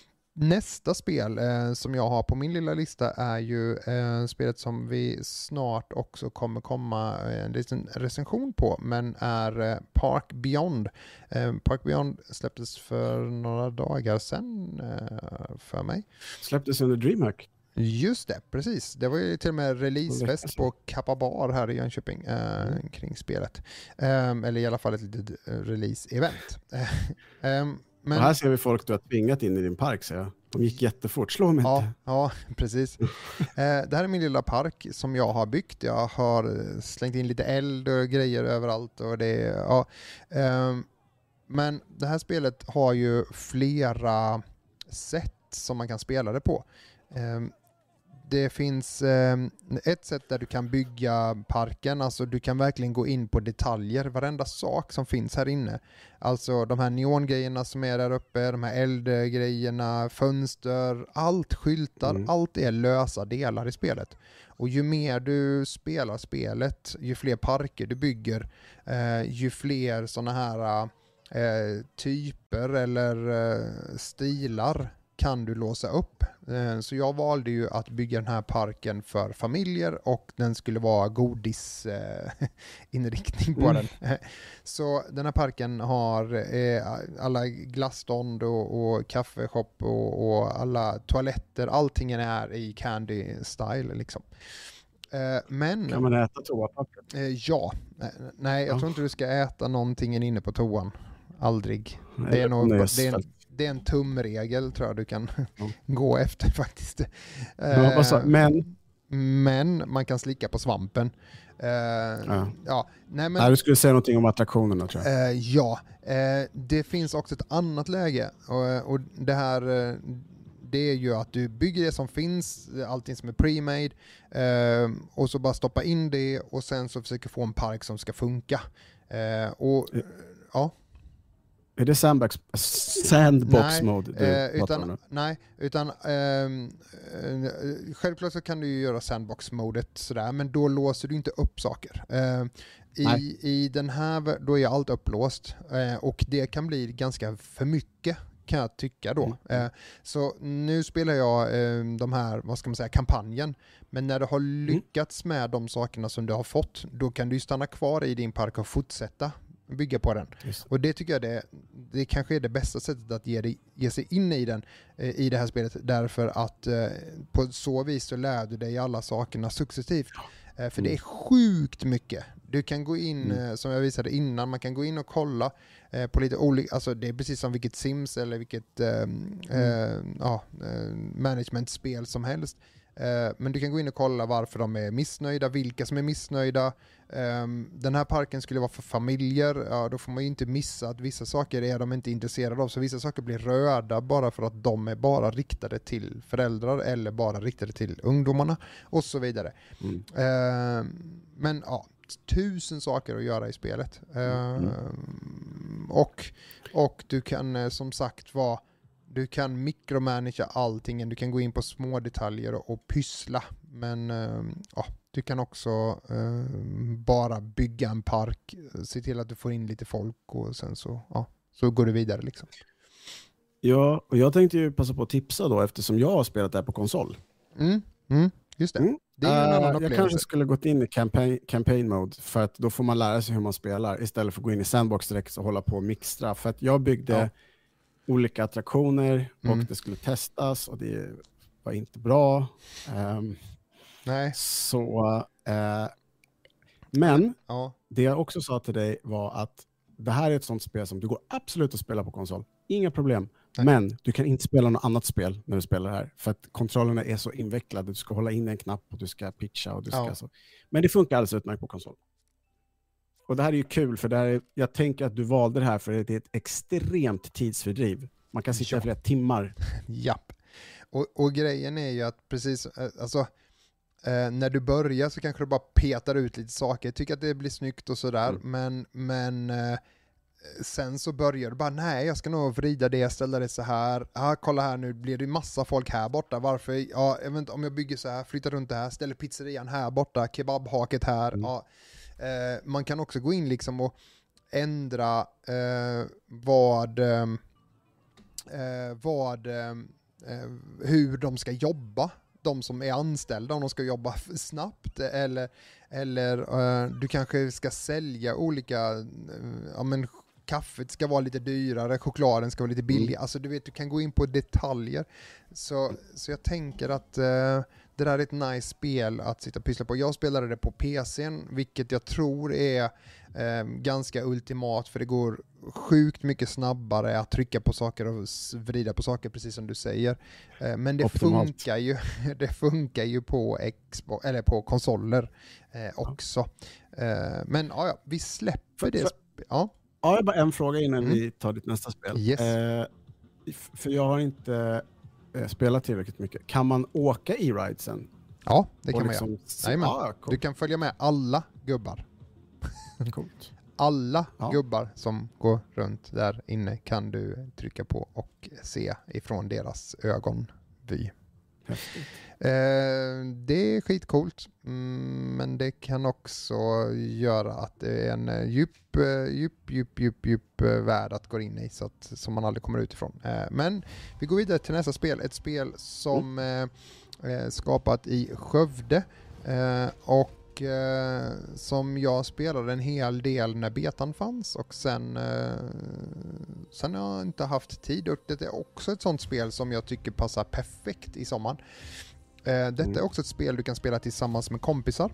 Nästa spel eh, som jag har på min lilla lista är ju eh, spelet som vi snart också kommer komma en liten recension på, men är eh, Park Beyond. Eh, Park Beyond släpptes för några dagar sedan eh, för mig. Släpptes under DreamHack. Just det, precis. Det var ju till och med releasefest på Kappa Bar här i Jönköping eh, mm. kring spelet. Eh, eller i alla fall ett litet release-event. eh, Men, och här ser vi folk du har tvingat in i din park, så jag. De gick jättefort, slå mig ja, inte. Ja, precis. eh, det här är min lilla park som jag har byggt. Jag har slängt in lite eld och grejer överallt. Och det, ja, eh, men det här spelet har ju flera sätt som man kan spela det på. Eh, Det finns eh, ett sätt där du kan bygga parken, alltså du kan verkligen gå in på detaljer, varenda sak som finns här inne. Alltså de här neongrejerna som är där uppe, de här eldgrejerna, fönster, allt, skyltar, mm. allt är lösa delar i spelet. Och ju mer du spelar spelet, ju fler parker du bygger, eh, ju fler sådana här eh, typer eller eh, stilar kan du låsa upp. Så jag valde ju att bygga den här parken för familjer och den skulle vara godisinriktning på mm. den. Så den här parken har alla glasstånd och, och kaffeshop och, och alla toaletter, allting är i candy style liksom. Men, kan man äta toapapper? Ja. Nej, jag ja. tror inte du ska äta någonting inne på toan. Aldrig. Nej, det är nog det är en, det är en tumregel tror jag du kan mm. gå efter faktiskt. Ja, alltså, men men man kan slicka på svampen. Uh, ja. Ja, nej, men, nej, du skulle säga någonting om attraktionerna tror jag. Uh, ja, uh, det finns också ett annat läge och, och det här uh, det är ju att du bygger det som finns, allting som är pre-made uh, och så bara stoppa in det och sen så försöker få en park som ska funka. Uh, och uh, ja. Är det sandbox, sandbox nej, mode du eh, utan, nej, utan eh, eh, självklart så kan du ju göra sandbox-modet sådär, men då låser du inte upp saker. Eh, i, I den här, då är allt upplåst eh, och det kan bli ganska för mycket kan jag tycka då. Mm. Eh, så nu spelar jag eh, de här, vad ska man säga, kampanjen, men när du har lyckats mm. med de sakerna som du har fått, då kan du ju stanna kvar i din park och fortsätta bygga på den. Just. Och det tycker jag det, det kanske är det bästa sättet att ge, det, ge sig in i den eh, i det här spelet, därför att eh, på så vis så lär du dig alla sakerna successivt. Eh, för mm. det är sjukt mycket. Du kan gå in, mm. eh, som jag visade innan, man kan gå in och kolla eh, på lite olika, alltså det är precis som vilket Sims eller vilket eh, mm. eh, ja, eh, managementspel som helst. Men du kan gå in och kolla varför de är missnöjda, vilka som är missnöjda. Den här parken skulle vara för familjer. Ja, då får man ju inte missa att vissa saker är de inte intresserade av. Så vissa saker blir röda bara för att de är bara riktade till föräldrar eller bara riktade till ungdomarna och så vidare. Mm. Men ja, tusen saker att göra i spelet. Mm. Och, och du kan som sagt vara Du kan mikromanagera allting. Du kan gå in på små detaljer och, och pyssla. Men uh, ja, du kan också uh, bara bygga en park. Se till att du får in lite folk och sen så, ja, så går du vidare liksom. Ja, och jag tänkte ju passa på att tipsa då eftersom jag har spelat där på konsol. Mm, mm, just det. Mm. Det är en annan uh, jag kanske skulle gått in i campaign, campaign mode för att då får man lära sig hur man spelar istället för att gå in i sandbox direkt och hålla på och mixtra. För att jag byggde ja. olika attraktioner och mm. det skulle testas och det var inte bra. Um, Nej. Så, uh, men ja. det jag också sa till dig var att det här är ett sånt spel som du går absolut att spela på konsol. Inga problem. Nej. Men du kan inte spela något annat spel när du spelar här. För att kontrollerna är så invecklade. Du ska hålla in en knapp och du ska pitcha. Och du ska ja. så. Men det funkar alldeles utmärkt på konsol. Och det här är ju kul för det här är, jag tänker att du valde det här för det är ett extremt tidsfördriv. Man kan sitta ja. flera timmar. Japp. Och, och grejen är ju att precis, alltså eh, när du börjar så kanske du bara petar ut lite saker. Jag tycker att det blir snyggt och sådär. Mm. Men, men eh, sen så börjar du bara, nej jag ska nog vrida det, ställa det så här. Ah, kolla här nu blir det massa folk här borta. Varför? Ja, jag vet inte, om jag bygger så här, flyttar runt det här, ställer pizzerian här borta, kebabhaket här. Mm. Ja. Eh, man kan också gå in liksom och ändra eh, vad, eh, vad eh, hur de ska jobba, de som är anställda, om de ska jobba snabbt eller, eller eh, du kanske ska sälja olika, eh, ja men kaffet ska vara lite dyrare, chokladen ska vara lite billig. Mm. Alltså du vet, du kan gå in på detaljer. Så, så jag tänker att eh, det där är ett nice spel att sitta och pyssla på. Jag spelade det på P C:n, vilket jag tror är eh, ganska ultimat, för det går sjukt mycket snabbare att trycka på saker och vrida på saker, precis som du säger. Eh, men det funkar, ju, det funkar ju på Xbox, eller på konsoler eh, också. Eh, men ja, ja, vi släpper för, det. För, ja. ja, jag har bara en fråga innan mm. vi tar ditt nästa spel. Yes. Eh, för jag har inte eh, spelat tillräckligt mycket. Kan man åka i ridesen? Ja, det kan liksom, man göra. Nej, ah, du kan följa med alla gubbar. Coolt. Alla ja. gubbar som går runt där inne kan du trycka på och se ifrån deras ögonvy. Eh, det är skitcoolt, mm, men det kan också göra att det är en djup, djup, djup, djup, djup värld att gå in i, så att, som man aldrig kommer ut ifrån. Eh, men vi går vidare till nästa spel, ett spel som mm. eh, skapat i Skövde eh, och Eh, som jag spelade en hel del när betan fanns, och sen eh, sen har jag inte haft tid, och det är också ett sånt spel som jag tycker passar perfekt i sommaren. Eh, detta mm. är också ett spel du kan spela tillsammans med kompisar,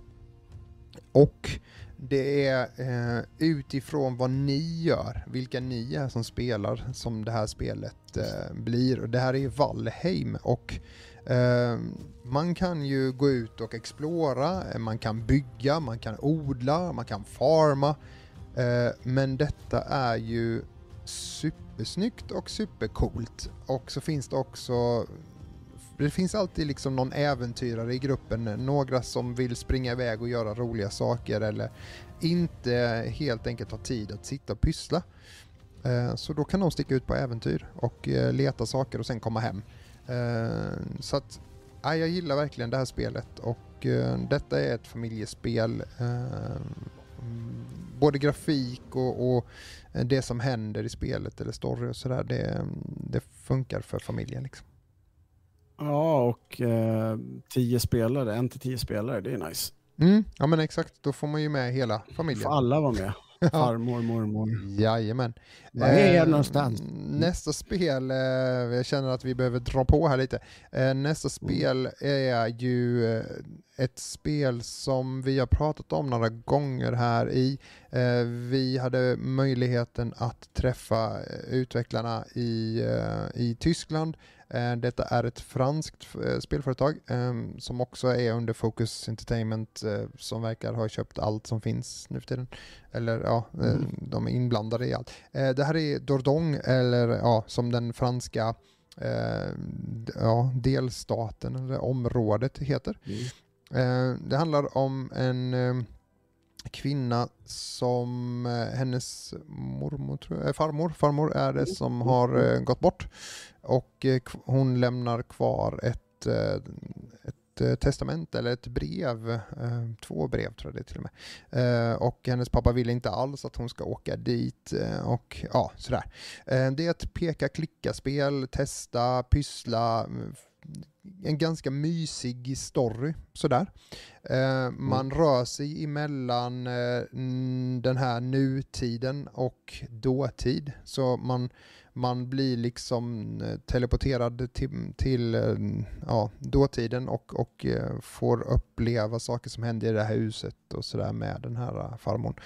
och det är eh, utifrån vad ni gör, vilka ni är som spelar, som det här spelet eh, blir. Och det här är ju Valheim, och Uh, man kan ju gå ut och explora, man kan bygga, man kan odla, man kan farma, uh, men detta är ju supersnyggt och supercoolt. Och så finns det också, det finns alltid liksom någon äventyrare i gruppen, några som vill springa iväg och göra roliga saker, eller inte helt enkelt ha tid att sitta och pyssla. Uh, så då kan de sticka ut på äventyr och uh, leta saker och sen komma hem. Uh, så att ja, jag gillar verkligen det här spelet, och uh, detta är ett familjespel. Uh, både grafik och, och det som händer i spelet eller story och sådär, det, det funkar för familjen liksom. Ja, och uh, tio spelare, en till tio spelare, det är nice. Mm, ja men exakt, då får man ju med hela familjen. Får alla vara med. Farmor, mormor. Jajamän. Var är jag någonstans? Eh, nästa spel, eh, jag känner att vi behöver dra på här lite. Eh, nästa spel är ju eh, ett spel som vi har pratat om några gånger här i. Eh, vi hade möjligheten att träffa utvecklarna i, eh, i Tyskland. Eh, detta är ett franskt eh, spelföretag eh, som också är under Focus Entertainment, eh, som verkar ha köpt allt som finns nu för tiden. Eller ja, mm. de är inblandade i allt. Eh, det här är Dordogne, eller ja, som den franska eh, ja, delstaten eller området heter. Mm. Eh, det handlar om en eh, kvinna som eh, hennes mormor, tror jag, farmor, farmor är det, som har eh, gått bort, och eh, hon lämnar kvar ett, eh, ett testament eller ett brev, eh, två brev tror jag det är till och med. Eh, och hennes pappa vill inte alls att hon ska åka dit, eh, och ja, sådär. Eh, det är ett peka-klicka-spel, testa, pyssla, en ganska mysig story sådär. Eh, man mm. rör sig emellan eh, den här nutiden och dåtid, så man man blir liksom teleporterad till, till ja, dåtiden och, och får uppleva saker som händer i det här huset och sådär med den här farmor.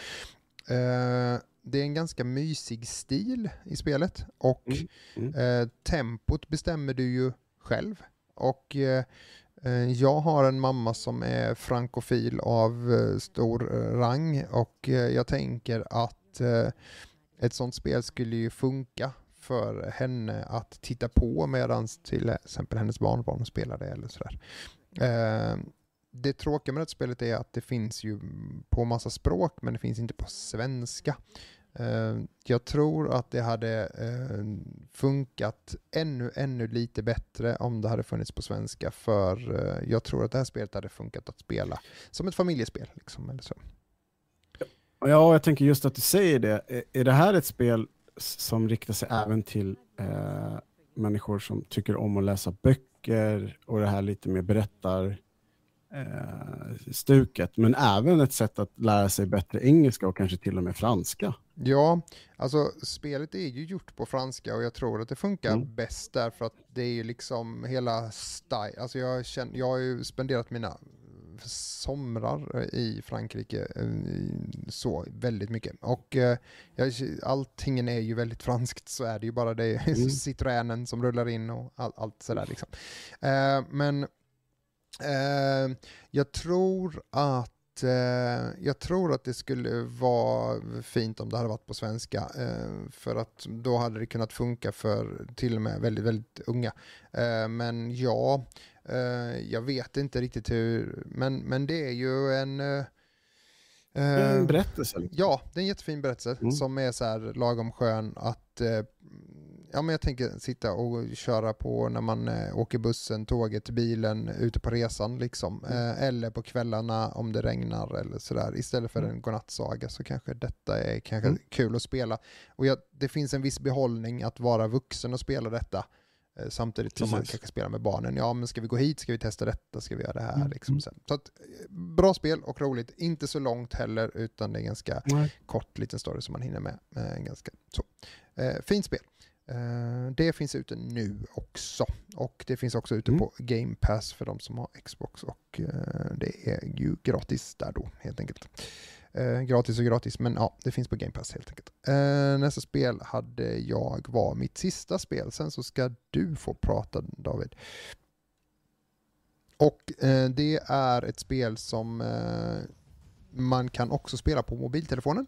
Eh, det är en ganska mysig stil i spelet, och mm. Mm. Eh, tempot bestämmer du ju själv. Och eh, jag har en mamma som är frankofil av eh, stor rang, och eh, jag tänker att eh, ett sånt spel skulle ju funka för henne att titta på medan till exempel hennes barnbarn spelar det eller sådär. Eh, det tråkiga med det spelet är att det finns ju på massa språk, men det finns inte på svenska. Eh, jag tror att det hade eh, funkat ännu, ännu lite bättre om det hade funnits på svenska, för eh, jag tror att det här spelet hade funkat att spela som ett familjespel liksom, eller så. Ja, jag tänker just att du säger det. Är, är det här ett spel som riktar sig även till eh, människor som tycker om att läsa böcker och det här lite mer berättar eh, stuket, men även ett sätt att lära sig bättre engelska och kanske till och med franska Ja, alltså spelet är ju gjort på franska och jag tror att det funkar Mm. bäst därför att det är ju liksom hela style. Alltså jag, känner, jag har ju spenderat mina somrar i Frankrike så väldigt mycket. Och eh, jag, alltingen är ju väldigt franskt, så är det ju bara det. Mm. Citroenen som rullar in och all, allt sådär liksom. Eh, men eh, jag tror att jag tror att det skulle vara fint om det hade varit på svenska, för att då hade det kunnat funka för till och med väldigt, väldigt unga. Men ja, jag vet inte riktigt hur, men, men det är ju en... En berättelse. Ja, det är en jättefin berättelse mm. som är så här lagom skön att... Ja, men jag tänker sitta och köra på när man eh, åker bussen, tåget, bilen, ute på resan liksom. Mm. Eh, eller på kvällarna om det regnar eller sådär. Istället för mm. en godnattsaga så kanske detta är kanske mm. kul att spela. Och jag, det finns en viss behållning att vara vuxen och spela detta. Eh, samtidigt som Precis. man kanske spelar med barnen. Ja, men ska vi gå hit? Ska vi testa detta? Ska vi göra det här? Mm. Liksom sen. Så att, bra spel och roligt. Inte så långt heller, utan det är en ganska mm. kort liten story som man hinner med. Eh, ganska så. Eh, fint spel. Uh, det finns ute nu också. Och det finns också ute mm. på Game Pass för de som har Xbox. Och uh, det är ju gratis där då, helt enkelt. Uh, gratis och gratis, men ja, det finns på Game Pass helt enkelt. Uh, nästa spel hade jag var mitt sista spel. Sen så ska du få prata, David. Och uh, det är ett spel som uh, man kan också spela på mobiltelefonen.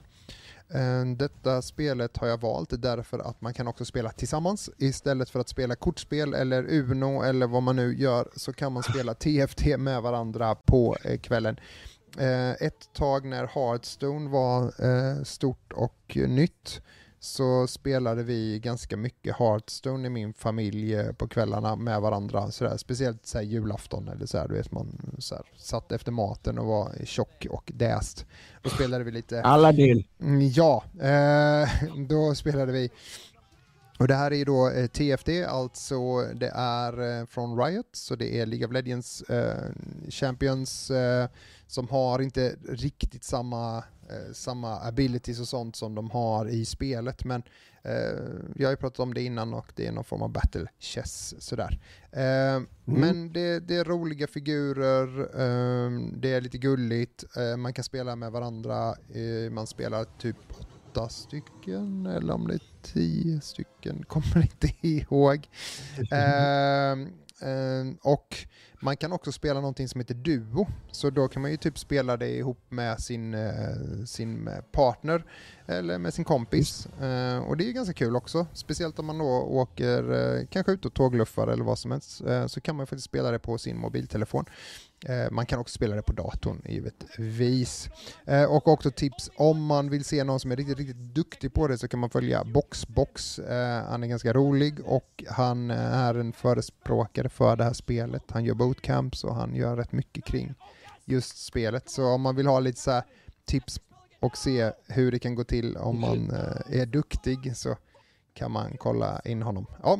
Detta spelet har jag valt därför att man kan också spela tillsammans. Istället för att spela kortspel eller Uno eller vad man nu gör, så kan man spela T F T med varandra på kvällen. Ett tag när Hearthstone var stort och nytt så spelade vi ganska mycket Hearthstone i min familj på kvällarna med varandra. Sådär. Speciellt så här, julafton eller så här, du vet, man så här, satt efter maten och var tjock och däst. Då spelade vi lite... Aladdin. Ja, eh, då spelade vi... Och det här är då eh, T F T, alltså det är eh, från Riot, så det är League of Legends eh, Champions eh, som har inte riktigt samma, eh, samma abilities och sånt som de har i spelet, men eh, jag har ju pratat om det innan och det är någon form av battle chess sådär. Eh, mm. Men det, det är roliga figurer, eh, det är lite gulligt, eh, man kan spela med varandra, eh, man spelar typ åtta stycken eller om det är tio stycken, kommer inte ihåg. eh, eh, och man kan också spela någonting som heter duo, så då kan man ju typ spela det ihop med sin, eh, sin partner eller med sin kompis. Eh, och det är ju ganska kul också, speciellt om man då åker eh, kanske ut och tågluffar eller vad som helst, eh, så kan man faktiskt spela det på sin mobiltelefon. Man kan också spela det på datorn givetvis. Och också tips, om man vill se någon som är riktigt, riktigt duktig på det så kan man följa Boxbox. Han är ganska rolig och han är en förespråkare för det här spelet. Han gör bootcamps och han gör rätt mycket kring just spelet. Så om man vill ha lite så här tips och se hur det kan gå till om man är duktig så kan man kolla in honom. Ja.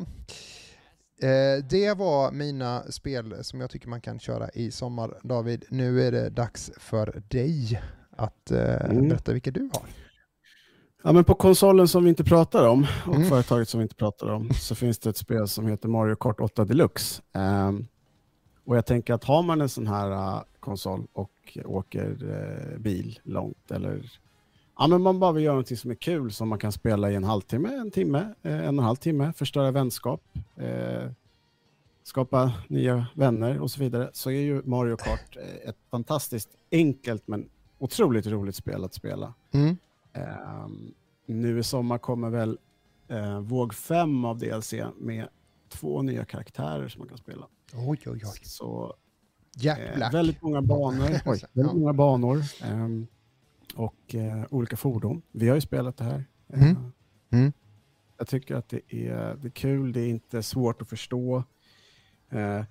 Det var mina spel som jag tycker man kan köra i sommar. David, nu är det dags för dig att mm. berätta vilka du har. Ja, men på konsolen som vi inte pratar om och mm. företaget som vi inte pratar om så finns det ett spel som heter Mario Kart åtta Deluxe. Um, och jag tänker att har man en sån här uh, konsol och åker uh, bil långt eller ja, men man bara vill göra någonting som är kul som man kan spela i en halvtimme, en timme, en och en halv timme, förstöra vänskap, eh, skapa nya vänner och så vidare, så är ju Mario Kart ett fantastiskt enkelt men otroligt roligt spel att spela. Mm. Eh, nu i sommar kommer väl eh, våg fem av D L C med två nya karaktärer som man kan spela. Oj, oj, oj. Så eh, väldigt många banor. Oj, väldigt många banor. Eh, och eh, olika fordon. Vi har ju spelat det här. Mm. Uh, mm. Jag tycker att det är, det är kul. Det är inte svårt att förstå. Uh,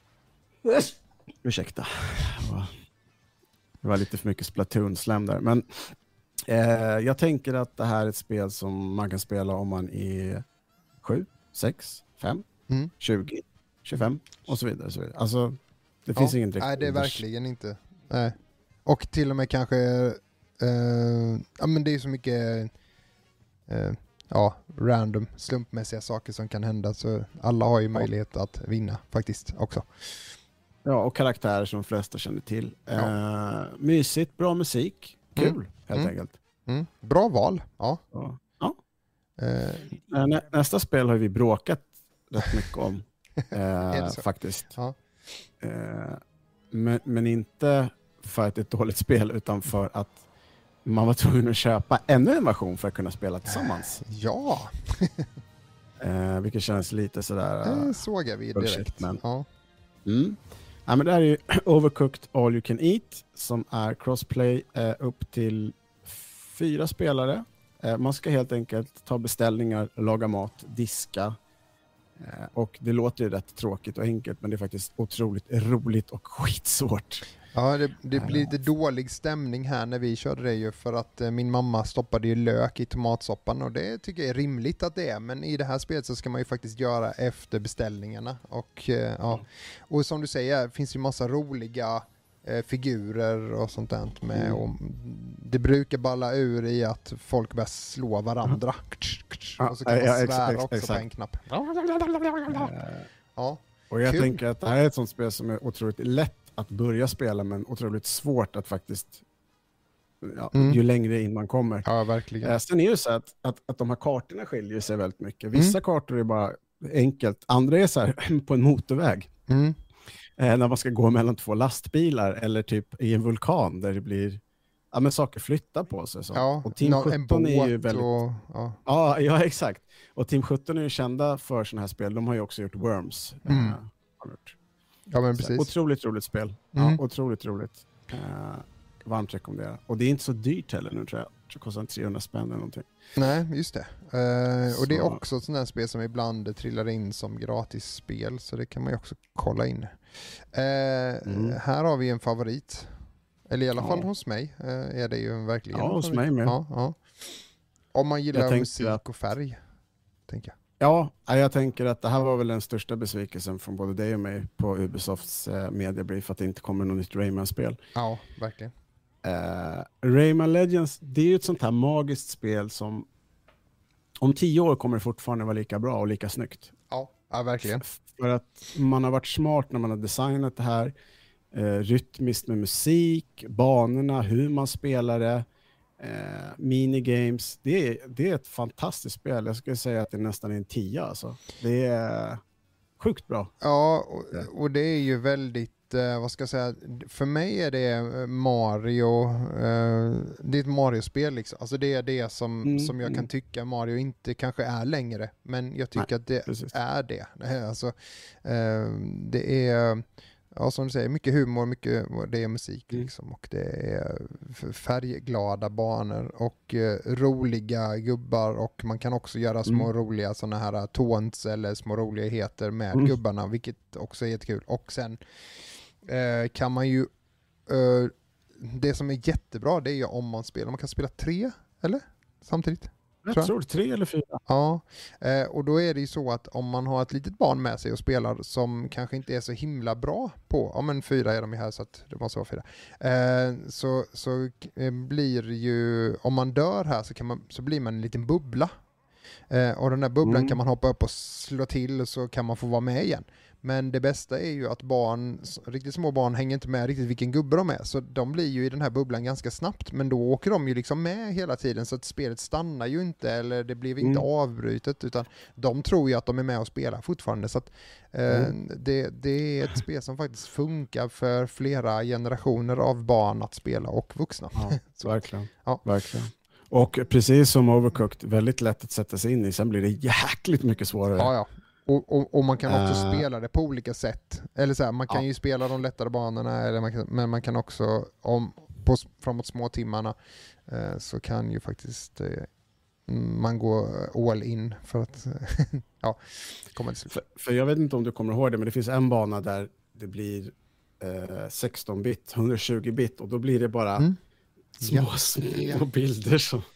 ursäkta. Det var, det var lite för mycket Splatoon-slam där. Men uh, jag tänker att det här är ett spel som man kan spela om man är sju, sex, fem, mm. tjugo, tjugofem och så vidare. Och så vidare. Alltså, det finns ja, ingen direkt. Nej, det är verkligen inte. Nej. Och till och med kanske Uh, ja, men det är så mycket eh, ja, random, slumpmässiga saker som kan hända. Så alla har ju möjlighet att vinna faktiskt också. Ja, och karaktärer som de flesta känner till. Ja. Eh, mysigt, bra musik, kul Mm. helt Mm. enkelt. Mm. Bra val, ja. Ja. Ja. Eh, Nä, nästa spel har vi bråkat rätt mycket om. Är Eh, det så? faktiskt. Ja. Eh, men, men inte för att det är ett dåligt spel, utan för att man var tvungen att köpa ännu en version för att kunna spela tillsammans. Ja, Eh, vilket känns lite sådär... det såg vi bullshit, direkt. men- Ja. Mm. Ja, men det här är ju Overcooked All You Can Eat som är crossplay eh, upp till fyra spelare. Eh, man ska helt enkelt ta beställningar, laga mat, diska. Eh, och det låter ju rätt tråkigt och enkelt, men det är faktiskt otroligt roligt och skitsvårt. Ja, det, det blir lite dålig stämning här när vi körde det ju för att eh, min mamma stoppade ju lök i tomatsoppan och det tycker jag är rimligt att det är, men i det här spelet så ska man ju faktiskt göra efter beställningarna och eh, ja, och som du säger finns ju massa roliga eh, figurer och sånt där med Mm. och det brukar balla ur i att folk börjar slå varandra Ja, och så kan man ja, ex- svära ex- också exakt. på en knapp. Eh, Ja, och jag Kul. tänker att det här är ett sånt spel som är otroligt lätt att börja spela, men otroligt svårt att faktiskt, ja, Mm. ju längre in man kommer. ja verkligen. Eh, sen är det ju så att, att, att de här kartorna skiljer sig väldigt mycket. Vissa Mm. kartor är bara enkelt, andra är så här på en motorväg. Mm. Eh, när man ska gå mellan två lastbilar eller typ i en vulkan där det blir, ja men saker flyttar på sig. Så. Ja, och Team nå- en sjutton är ju båt väldigt... och ja. Ja, ja, exakt. Och Team sjutton är ju kända för sådana här spel. De har ju också gjort Worms. Mm. Eh, har de gjort. Ja men Så, precis. otroligt roligt spel. Mm. Ja, otroligt roligt. Eh, varmt rekommenderar. Och det är inte så dyrt heller nu tror jag. Jag tror det kostar trehundra spänn eller någonting. Nej, just det. Eh, och det är Så- också ett sånt här spel som ibland trillar in som gratisspel, så det kan man ju också kolla in. Eh, Mm. Här har vi en favorit. Eller i alla Ja. fall hos mig eh, är det ju en verkligen Ja, en hos favorit. mig med. Ja, ja. Om man Jag gillar tänkte musik att- och färg, tänker jag. Ja, jag tänker att det här var väl den största besvikelsen från både dig och mig på Ubisofts eh, mediebrief, att det inte kommer något nytt Rayman-spel. Ja, verkligen. Eh, Rayman Legends, det är ju ett sånt här magiskt spel som om tio år kommer det fortfarande vara lika bra och lika snyggt. Ja, ja verkligen. F- För att man har varit smart när man har designat det här. Eh, rytmiskt med musik, banorna, hur man spelar det, eh, minigames. Det är, det är ett fantastiskt spel. Jag skulle säga att det nästan är en tia. Alltså. Det är sjukt bra. Ja, och, och det är ju väldigt, eh, vad ska jag säga, för mig är det eh, Mario, eh, det är ett Mario-spel liksom. Alltså det är det som, Mm, som jag kan mm. tycka Mario inte kanske är längre, men jag tycker Nej, att det precis. är det. Alltså, eh, det är, ja som du säger, mycket humor, mycket, det är musik Mm. liksom, och det är f- färgglada banor och eh, roliga gubbar, och man kan också göra små Mm. roliga sådana här taunts eller små roligheter med Mm. gubbarna, vilket också är jättekul. Och sen eh, kan man ju, eh, det som är jättebra, det är ju om man spelar, man kan spela tre, eller? Samtidigt. Jag tror jag. tror tre eller fyra. Ja, eh, och då är det ju så att om man har ett litet barn med sig och spelar som kanske inte är så himla bra på, ja men fyra är de ju här så att det måste vara fyra, eh, så, så eh, blir ju, om man dör här så, kan man, så blir man en liten bubbla. Eh, och den där bubblan Mm. kan man hoppa upp och slå till, och så kan man få vara med igen. Men det bästa är ju att barn, s- riktigt små barn hänger inte med riktigt vilken gubbe de är, så de blir ju i den här bubblan ganska snabbt, men då åker de ju liksom med hela tiden, så att spelet stannar ju inte, eller det blir inte Mm. avbrutet, utan de tror ju att de är med och spelar fortfarande, så att eh, Mm. det, det är ett spel som faktiskt funkar för flera generationer av barn att spela, och vuxna. Ja, Så, verkligen. Ja. verkligen. Och precis som Overcooked, väldigt lätt att sätta sig in i. Sen blir det jäkligt mycket svårare. ja, ja. Och, och, och man kan också Eh. spela det på olika sätt. Eller så här, man kan Ja. ju spela de lättare banorna, eller man kan, men man kan också, om, på, s- framåt små timmarna, eh, så kan ju faktiskt eh, man gå all in för att ja, komma till slut. För, för jag vet inte om du kommer ihåg det, men det finns en bana där det blir eh, sexton bit, etthundratjugo bit, och då blir det bara Mm. små, Ja. små Ja. bilder som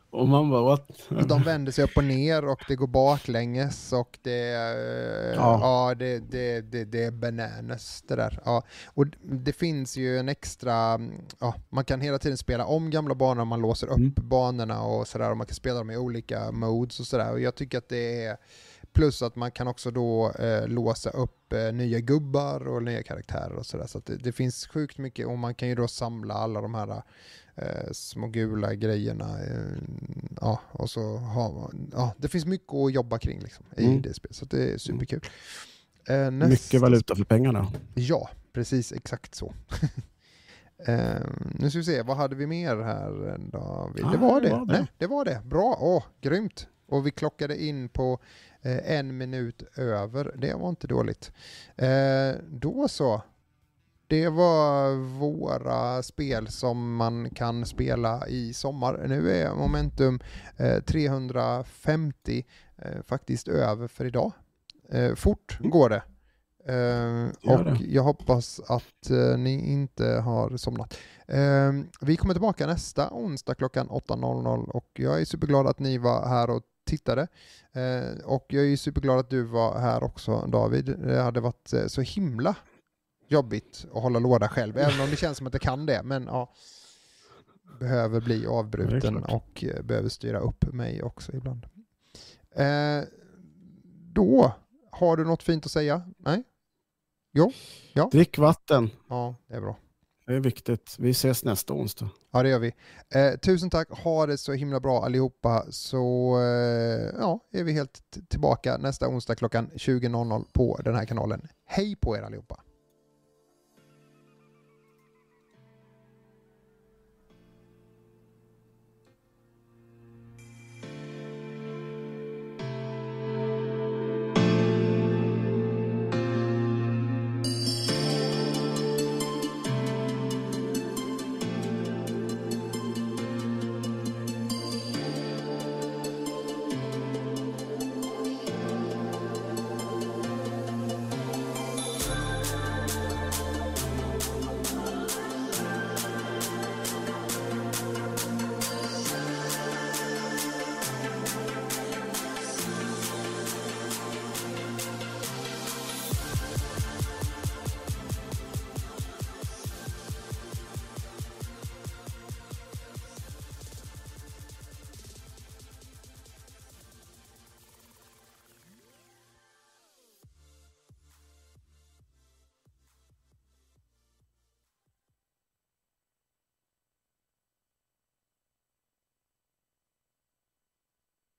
Och man bara, what? De vänder sig upp och ner och det går baklänges och det, ja. Ja, det, det, det, det är bananas det där. Ja. Och det finns ju en extra, ja, man kan hela tiden spela om gamla banor, man låser upp mm. banorna och sådär, och man kan spela dem i olika modes och sådär. Och jag tycker att det är, plus att man kan också då eh, låsa upp eh, nya gubbar och nya karaktärer och sådär. Så att det, det finns sjukt mycket, och man kan ju då samla alla de här eh, små gula grejerna. Eh, ja, och så har man, ja, det finns mycket att jobba kring liksom, i mm. det spelet. Så det är superkul. Eh, mycket valuta för pengarna. Ja, precis, exakt så. eh, nu ska vi se, vad hade vi mer här, David? Ah, det var det. det, var det. Nej, det var det. Bra, åh, grymt. Och vi klockade in på eh, en minut över. Det var inte dåligt. Eh, då så. Det var våra spel som man kan spela i sommar. Nu är Momentum eh, trehundrafemtio eh, faktiskt över för idag. Eh, fort går det. Eh, och det. Jag hoppas att eh, ni inte har somnat. Eh, vi kommer tillbaka nästa onsdag klockan åtta noll noll, och jag är superglad att ni var här och tittade. Eh, och jag är superglad att du var här också, David. Det hade varit eh, så himla jobbigt att hålla låda själv, även om det känns som att jag kan det, men ja, behöver bli avbruten och eh, behöver styra upp mig också ibland. Eh, då har du något fint att säga? Nej? Jo? Ja. Drick vatten. Ja, det är bra. Det är viktigt. Vi ses nästa onsdag. Ja, det gör vi. Eh, tusen tack. Ha det så himla bra allihopa. Så eh, ja, är vi helt t- tillbaka nästa onsdag klockan tjugo noll noll på den här kanalen. Hej på er allihopa.